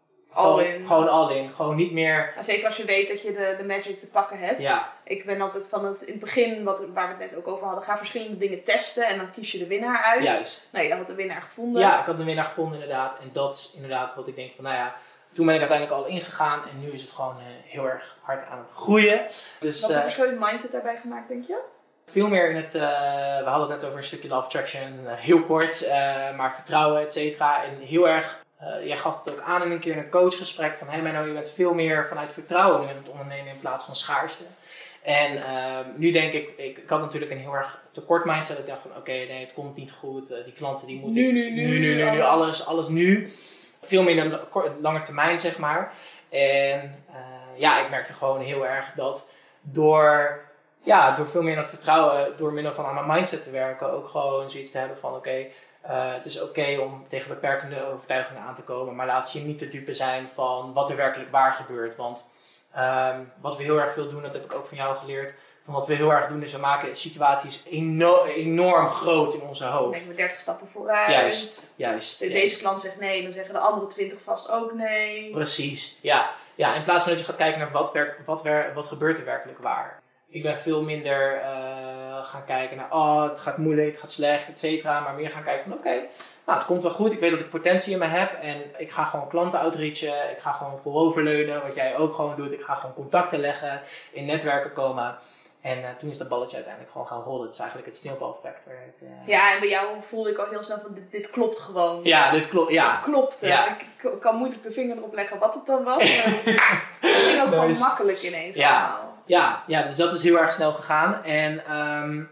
all in. Gewoon niet meer... Zeker als je weet dat je de magic te pakken hebt. Ja. Ik ben altijd van in het begin, waar we het net ook over hadden, ga verschillende dingen testen en dan kies je de winnaar uit. Juist. Nee, je had de winnaar gevonden. Ja, ik had de winnaar gevonden inderdaad. En dat is inderdaad wat ik denk van, toen ben ik uiteindelijk al ingegaan en nu is het gewoon heel erg hard aan het groeien. Dus, wat voor verschil in mindset daarbij gemaakt, denk je? Veel meer in het, we hadden het net over een stukje law of attraction, heel kort, maar vertrouwen, et cetera. En heel erg, jij gaf het ook aan in een keer in een coachgesprek van, Menno, je bent veel meer vanuit vertrouwen nu in het ondernemen in plaats van schaarste. En nu denk ik had natuurlijk een heel erg tekort mindset. Ik dacht van, nee, het komt niet goed, die klanten die moeten nu, alles nu. Veel meer een lange termijn, zeg maar. En ik merkte gewoon heel erg dat door veel meer naar het vertrouwen, door middel van aan mijn mindset te werken, ook gewoon zoiets te hebben van het is oké om tegen beperkende overtuigingen aan te komen, maar laat je niet te dupe zijn van wat er werkelijk waar gebeurt. Want wat we heel erg veel doen, dat heb ik ook van jou geleerd, van wat we heel erg doen is we maken situaties enorm groot in onze hoofd. Dan denken we 30 stappen vooruit. Juist. Deze klant zegt nee, dan zeggen de andere 20 vast ook nee. Precies, ja. In plaats van dat je gaat kijken naar wat gebeurt er werkelijk waar. Ik ben veel minder gaan kijken naar, het gaat moeilijk, het gaat slecht, et cetera. Maar meer gaan kijken van, het komt wel goed. Ik weet dat ik potentie in me heb. En ik ga gewoon klanten outreachen. Ik ga gewoon vooroverleunen, wat jij ook gewoon doet. Ik ga gewoon contacten leggen, in netwerken komen. En toen is dat balletje uiteindelijk gewoon gaan rollen. Het is eigenlijk het sneeuwbaleffect. Ja, en bij jou voelde ik al heel snel van, dit klopt gewoon. Ja, dit klopt. Ja. Het klopte. Ja. Ik kan moeilijk de vinger erop leggen wat het dan was. Maar het ging ook gewoon makkelijk ineens allemaal. Ja, dus dat is heel erg snel gegaan. En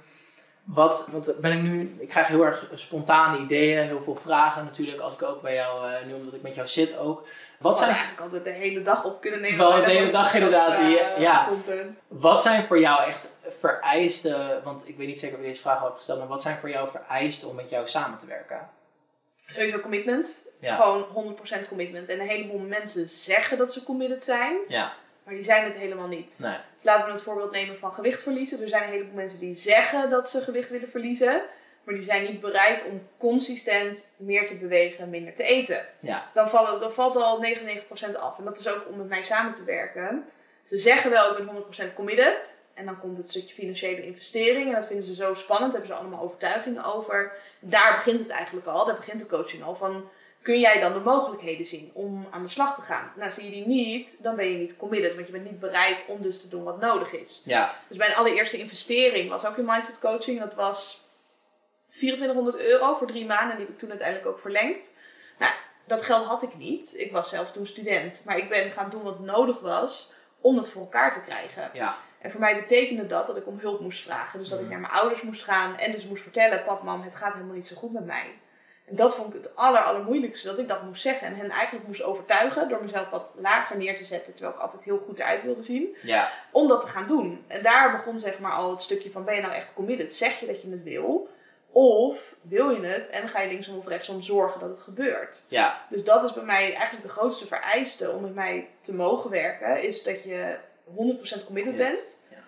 ik krijg heel erg spontane ideeën, heel veel vragen natuurlijk, als ik ook bij jou, nu omdat ik met jou zit ook. Wat zijn eigenlijk altijd de hele dag op kunnen nemen. Wel de hele dag inderdaad. Wat zijn voor jou echt vereisten, want ik weet niet zeker of ik deze vraag al heb gesteld, maar wat zijn voor jou vereisten om met jou samen te werken? Sowieso commitment. Ja. Gewoon 100% commitment. En een heleboel mensen zeggen dat ze committed zijn. Ja. Maar die zijn het helemaal niet. Nee. Laten we het voorbeeld nemen van gewicht verliezen. Er zijn een heleboel mensen die zeggen dat ze gewicht willen verliezen. Maar die zijn niet bereid om consistent meer te bewegen, minder te eten. Ja. Dan valt al 99% af. En dat is ook om met mij samen te werken. Ze zeggen wel, ik ben 100% committed. En dan komt het stukje financiële investering. En dat vinden ze zo spannend. Daar hebben ze allemaal overtuigingen over. Daar begint het eigenlijk al. Daar begint de coaching al van. Kun jij dan de mogelijkheden zien om aan de slag te gaan? Nou, zie je die niet, dan ben je niet committed. Want je bent niet bereid om dus te doen wat nodig is. Ja. Dus mijn allereerste investering was ook in mindset coaching. Dat was €2400 voor 3 maanden. En die heb ik toen uiteindelijk ook verlengd. Nou, dat geld had ik niet. Ik was zelf toen student. Maar ik ben gaan doen wat nodig was om het voor elkaar te krijgen. Ja. En voor mij betekende dat ik om hulp moest vragen. Dus dat ik naar mijn ouders moest gaan en dus moest vertellen, pap, mam, het gaat helemaal niet zo goed met mij. En dat vond ik het allermoeilijkste, dat ik dat moest zeggen. En hen eigenlijk moest overtuigen door mezelf wat lager neer te zetten, terwijl ik altijd heel goed eruit wilde zien. Ja. Om dat te gaan doen. En daar begon zeg maar al het stukje van, ben je nou echt committed? Zeg je dat je het wil? Of wil je het en ga je linksom of rechtsom zorgen dat het gebeurt? Ja. Dus dat is bij mij eigenlijk de grootste vereiste om met mij te mogen werken, is dat je 100% committed bent. Ja.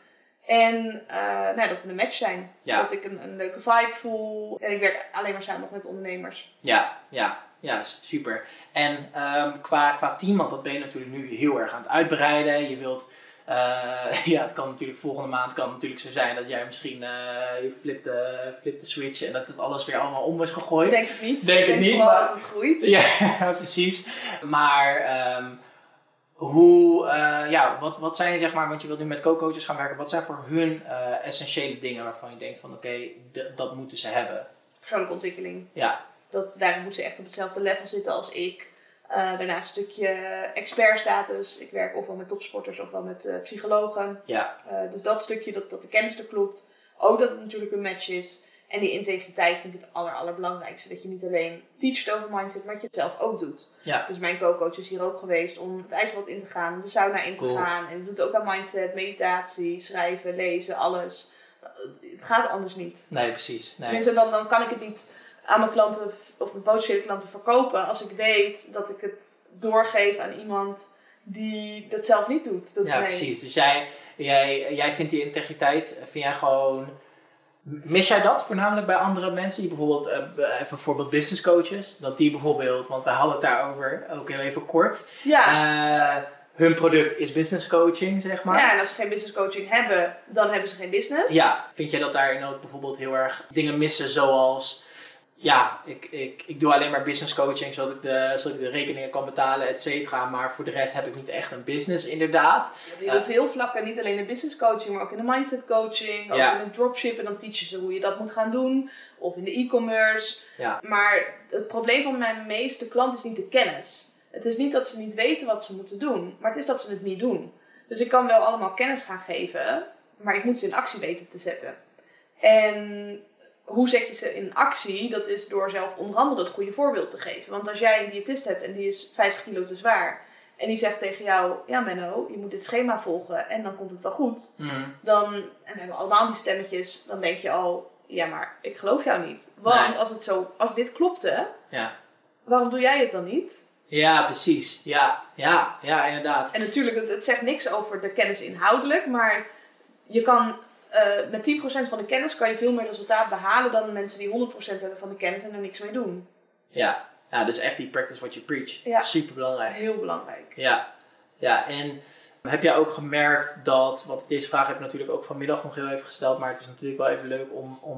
En dat we een match zijn. Ja. Dat ik een leuke vibe voel. En ik werk alleen maar samen nog met ondernemers. Ja, super. En qua team, want dat ben je natuurlijk nu heel erg aan het uitbreiden. Je wilt, het kan natuurlijk volgende maand zo zijn dat jij misschien je flipt de switch en dat het alles weer allemaal om is gegooid. Denk het niet. Denk het niet. Vooral dat het groeit. Ja, precies. Maar wat zijn zeg maar, want je wilt nu met co-coaches gaan werken, wat zijn voor hun essentiële dingen waarvan je denkt van oké, dat moeten ze hebben? Persoonlijke ontwikkeling. Ja. Daarin moeten ze echt op hetzelfde level zitten als ik. Daarnaast een stukje expertstatus. Ik werk ofwel met topsporters ofwel met psychologen. Ja. Dus dat stukje, dat de kennis er klopt. Ook dat het natuurlijk een match is. En die integriteit vind ik het allerbelangrijkste. Dat je niet alleen teacht over mindset, maar dat je het zelf ook doet. Ja. Dus mijn co-coach is hier ook geweest om het ijsbad in te gaan, de sauna in te gaan. En doet ook aan mindset, meditatie, schrijven, lezen, alles. Het gaat anders niet. Nee, precies. Nee. Tenminste, dan kan ik het niet aan mijn klanten of mijn potentiële klanten verkopen als ik weet dat ik het doorgeef aan iemand die dat zelf niet doet. Precies. Dus jij vindt die integriteit, vind jij gewoon... Mis jij dat voornamelijk bij andere mensen die bijvoorbeeld, even bijvoorbeeld business coaches, dat die bijvoorbeeld, want we hadden het daarover ook heel even kort, hun product is business coaching, zeg maar. Ja, en als ze geen business coaching hebben, dan hebben ze geen business. Ja, vind jij dat daarin ook bijvoorbeeld heel erg dingen missen zoals, ik doe alleen maar business coaching zodat ik de rekeningen kan betalen, et cetera, maar voor de rest heb ik niet echt een business, inderdaad. Heel veel vlakken, niet alleen in business coaching, maar ook in de mindset coaching, ook in het dropship en dan teachen ze hoe je dat moet gaan doen, of in de e-commerce. Ja. Maar het probleem van mijn meeste klanten is niet de kennis. Het is niet dat ze niet weten wat ze moeten doen, maar het is dat ze het niet doen. Dus ik kan wel allemaal kennis gaan geven, maar ik moet ze in actie weten te zetten. En hoe zet je ze in actie? Dat is door zelf onder andere het goede voorbeeld te geven. Want als jij een diëtist hebt en die is 50 kilo te zwaar en die zegt tegen jou, ja Menno, je moet dit schema volgen en dan komt het wel goed. En we hebben allemaal die stemmetjes, dan denk je al, ja maar ik geloof jou niet. Want als dit klopte, waarom doe jij het dan niet? Ja, precies. Ja, inderdaad. En natuurlijk, het zegt niks over de kennis inhoudelijk, maar je kan met 10% van de kennis kan je veel meer resultaat behalen dan mensen die 100% hebben van de kennis en er niks mee doen. Ja, dus echt die practice what you preach. Ja. Super belangrijk. Heel belangrijk. Ja, en heb jij ook gemerkt dat, want deze vraag heb ik natuurlijk ook vanmiddag nog heel even gesteld, maar het is natuurlijk wel even leuk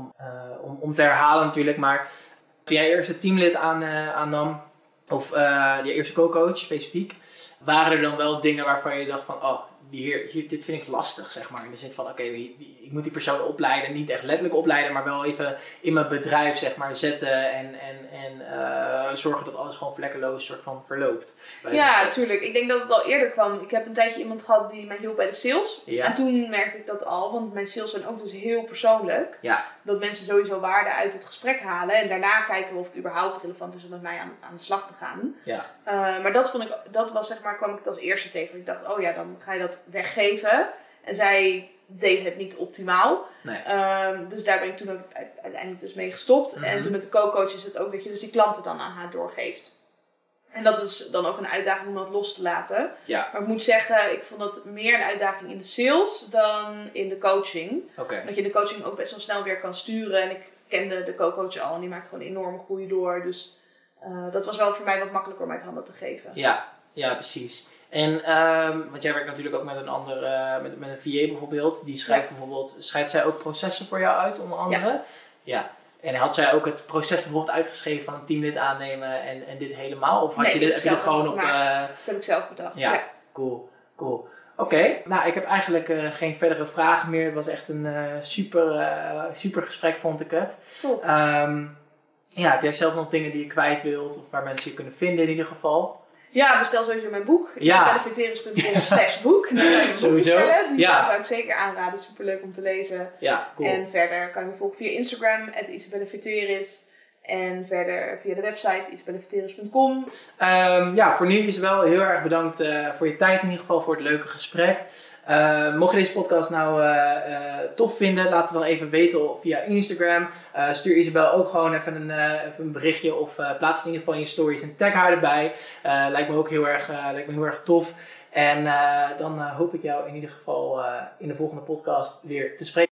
om te herhalen natuurlijk, maar toen jij eerst het teamlid aannam, of je eerste co-coach specifiek, waren er dan wel dingen waarvan je dacht van, dit vind ik lastig, zeg maar. In de zin van, ik moet die persoon opleiden, niet echt letterlijk opleiden, maar wel even in mijn bedrijf, zeg maar, zetten en zorgen dat alles gewoon vlekkeloos soort van verloopt. Ja, natuurlijk. Ik denk dat het al eerder kwam. Ik heb een tijdje iemand gehad die mij hielp bij de sales. Ja. En toen merkte ik dat al, want mijn sales zijn ook dus heel persoonlijk. Ja. Dat mensen sowieso waarde uit het gesprek halen en daarna kijken of het überhaupt relevant is om met mij aan de slag te gaan. Ja. Maar dat was zeg maar, kwam ik het als eerste tegen. Ik dacht, dan ga je dat weggeven. En zij deed het niet optimaal. Nee. Dus daar ben ik toen ook uiteindelijk dus mee gestopt. En toen met de co-coach is het ook dat je dus die klanten dan aan haar doorgeeft. En dat is dan ook een uitdaging om dat los te laten. Ja. Maar ik moet zeggen, ik vond dat meer een uitdaging in de sales dan in de coaching. Okay. Dat je in de coaching ook best wel snel weer kan sturen. En ik kende de co-coach al en die maakt gewoon enorme groei door. Dus dat was wel voor mij wat makkelijker om uit handen te geven. Ja, precies. En, want jij werkt natuurlijk ook met een andere, met een VA bijvoorbeeld. Die schrijft zij ook processen voor jou uit, onder andere? Ja. En had zij ook het proces bijvoorbeeld uitgeschreven van een teamlid aannemen en dit helemaal? Of heb je dit gewoon op... Dat heb ik zelf bedacht. Ja. Cool. Oké, ik heb eigenlijk geen verdere vragen meer. Het was echt een super gesprek, vond ik het. Top. Heb jij zelf nog dingen die je kwijt wilt? Of waar mensen je kunnen vinden in ieder geval? Ja, bestel sowieso mijn boek. benefiteris.com/boek. Sowieso. Die zou ik zeker aanraden. Superleuk om te lezen. Ja, cool. En verder kan je me volgen via Instagram, @isabellefiteris. En verder via de website isabellefiteris.com. Voor nu is wel heel erg bedankt voor je tijd in ieder geval, voor het leuke gesprek. Mocht je deze podcast nou tof vinden, laat het dan even weten via Instagram. Stuur Isabel ook gewoon even een berichtje of plaats in ieder geval in je stories en tag haar erbij. Lijkt me ook heel erg tof. En dan hoop ik jou in ieder geval in de volgende podcast weer te spreken.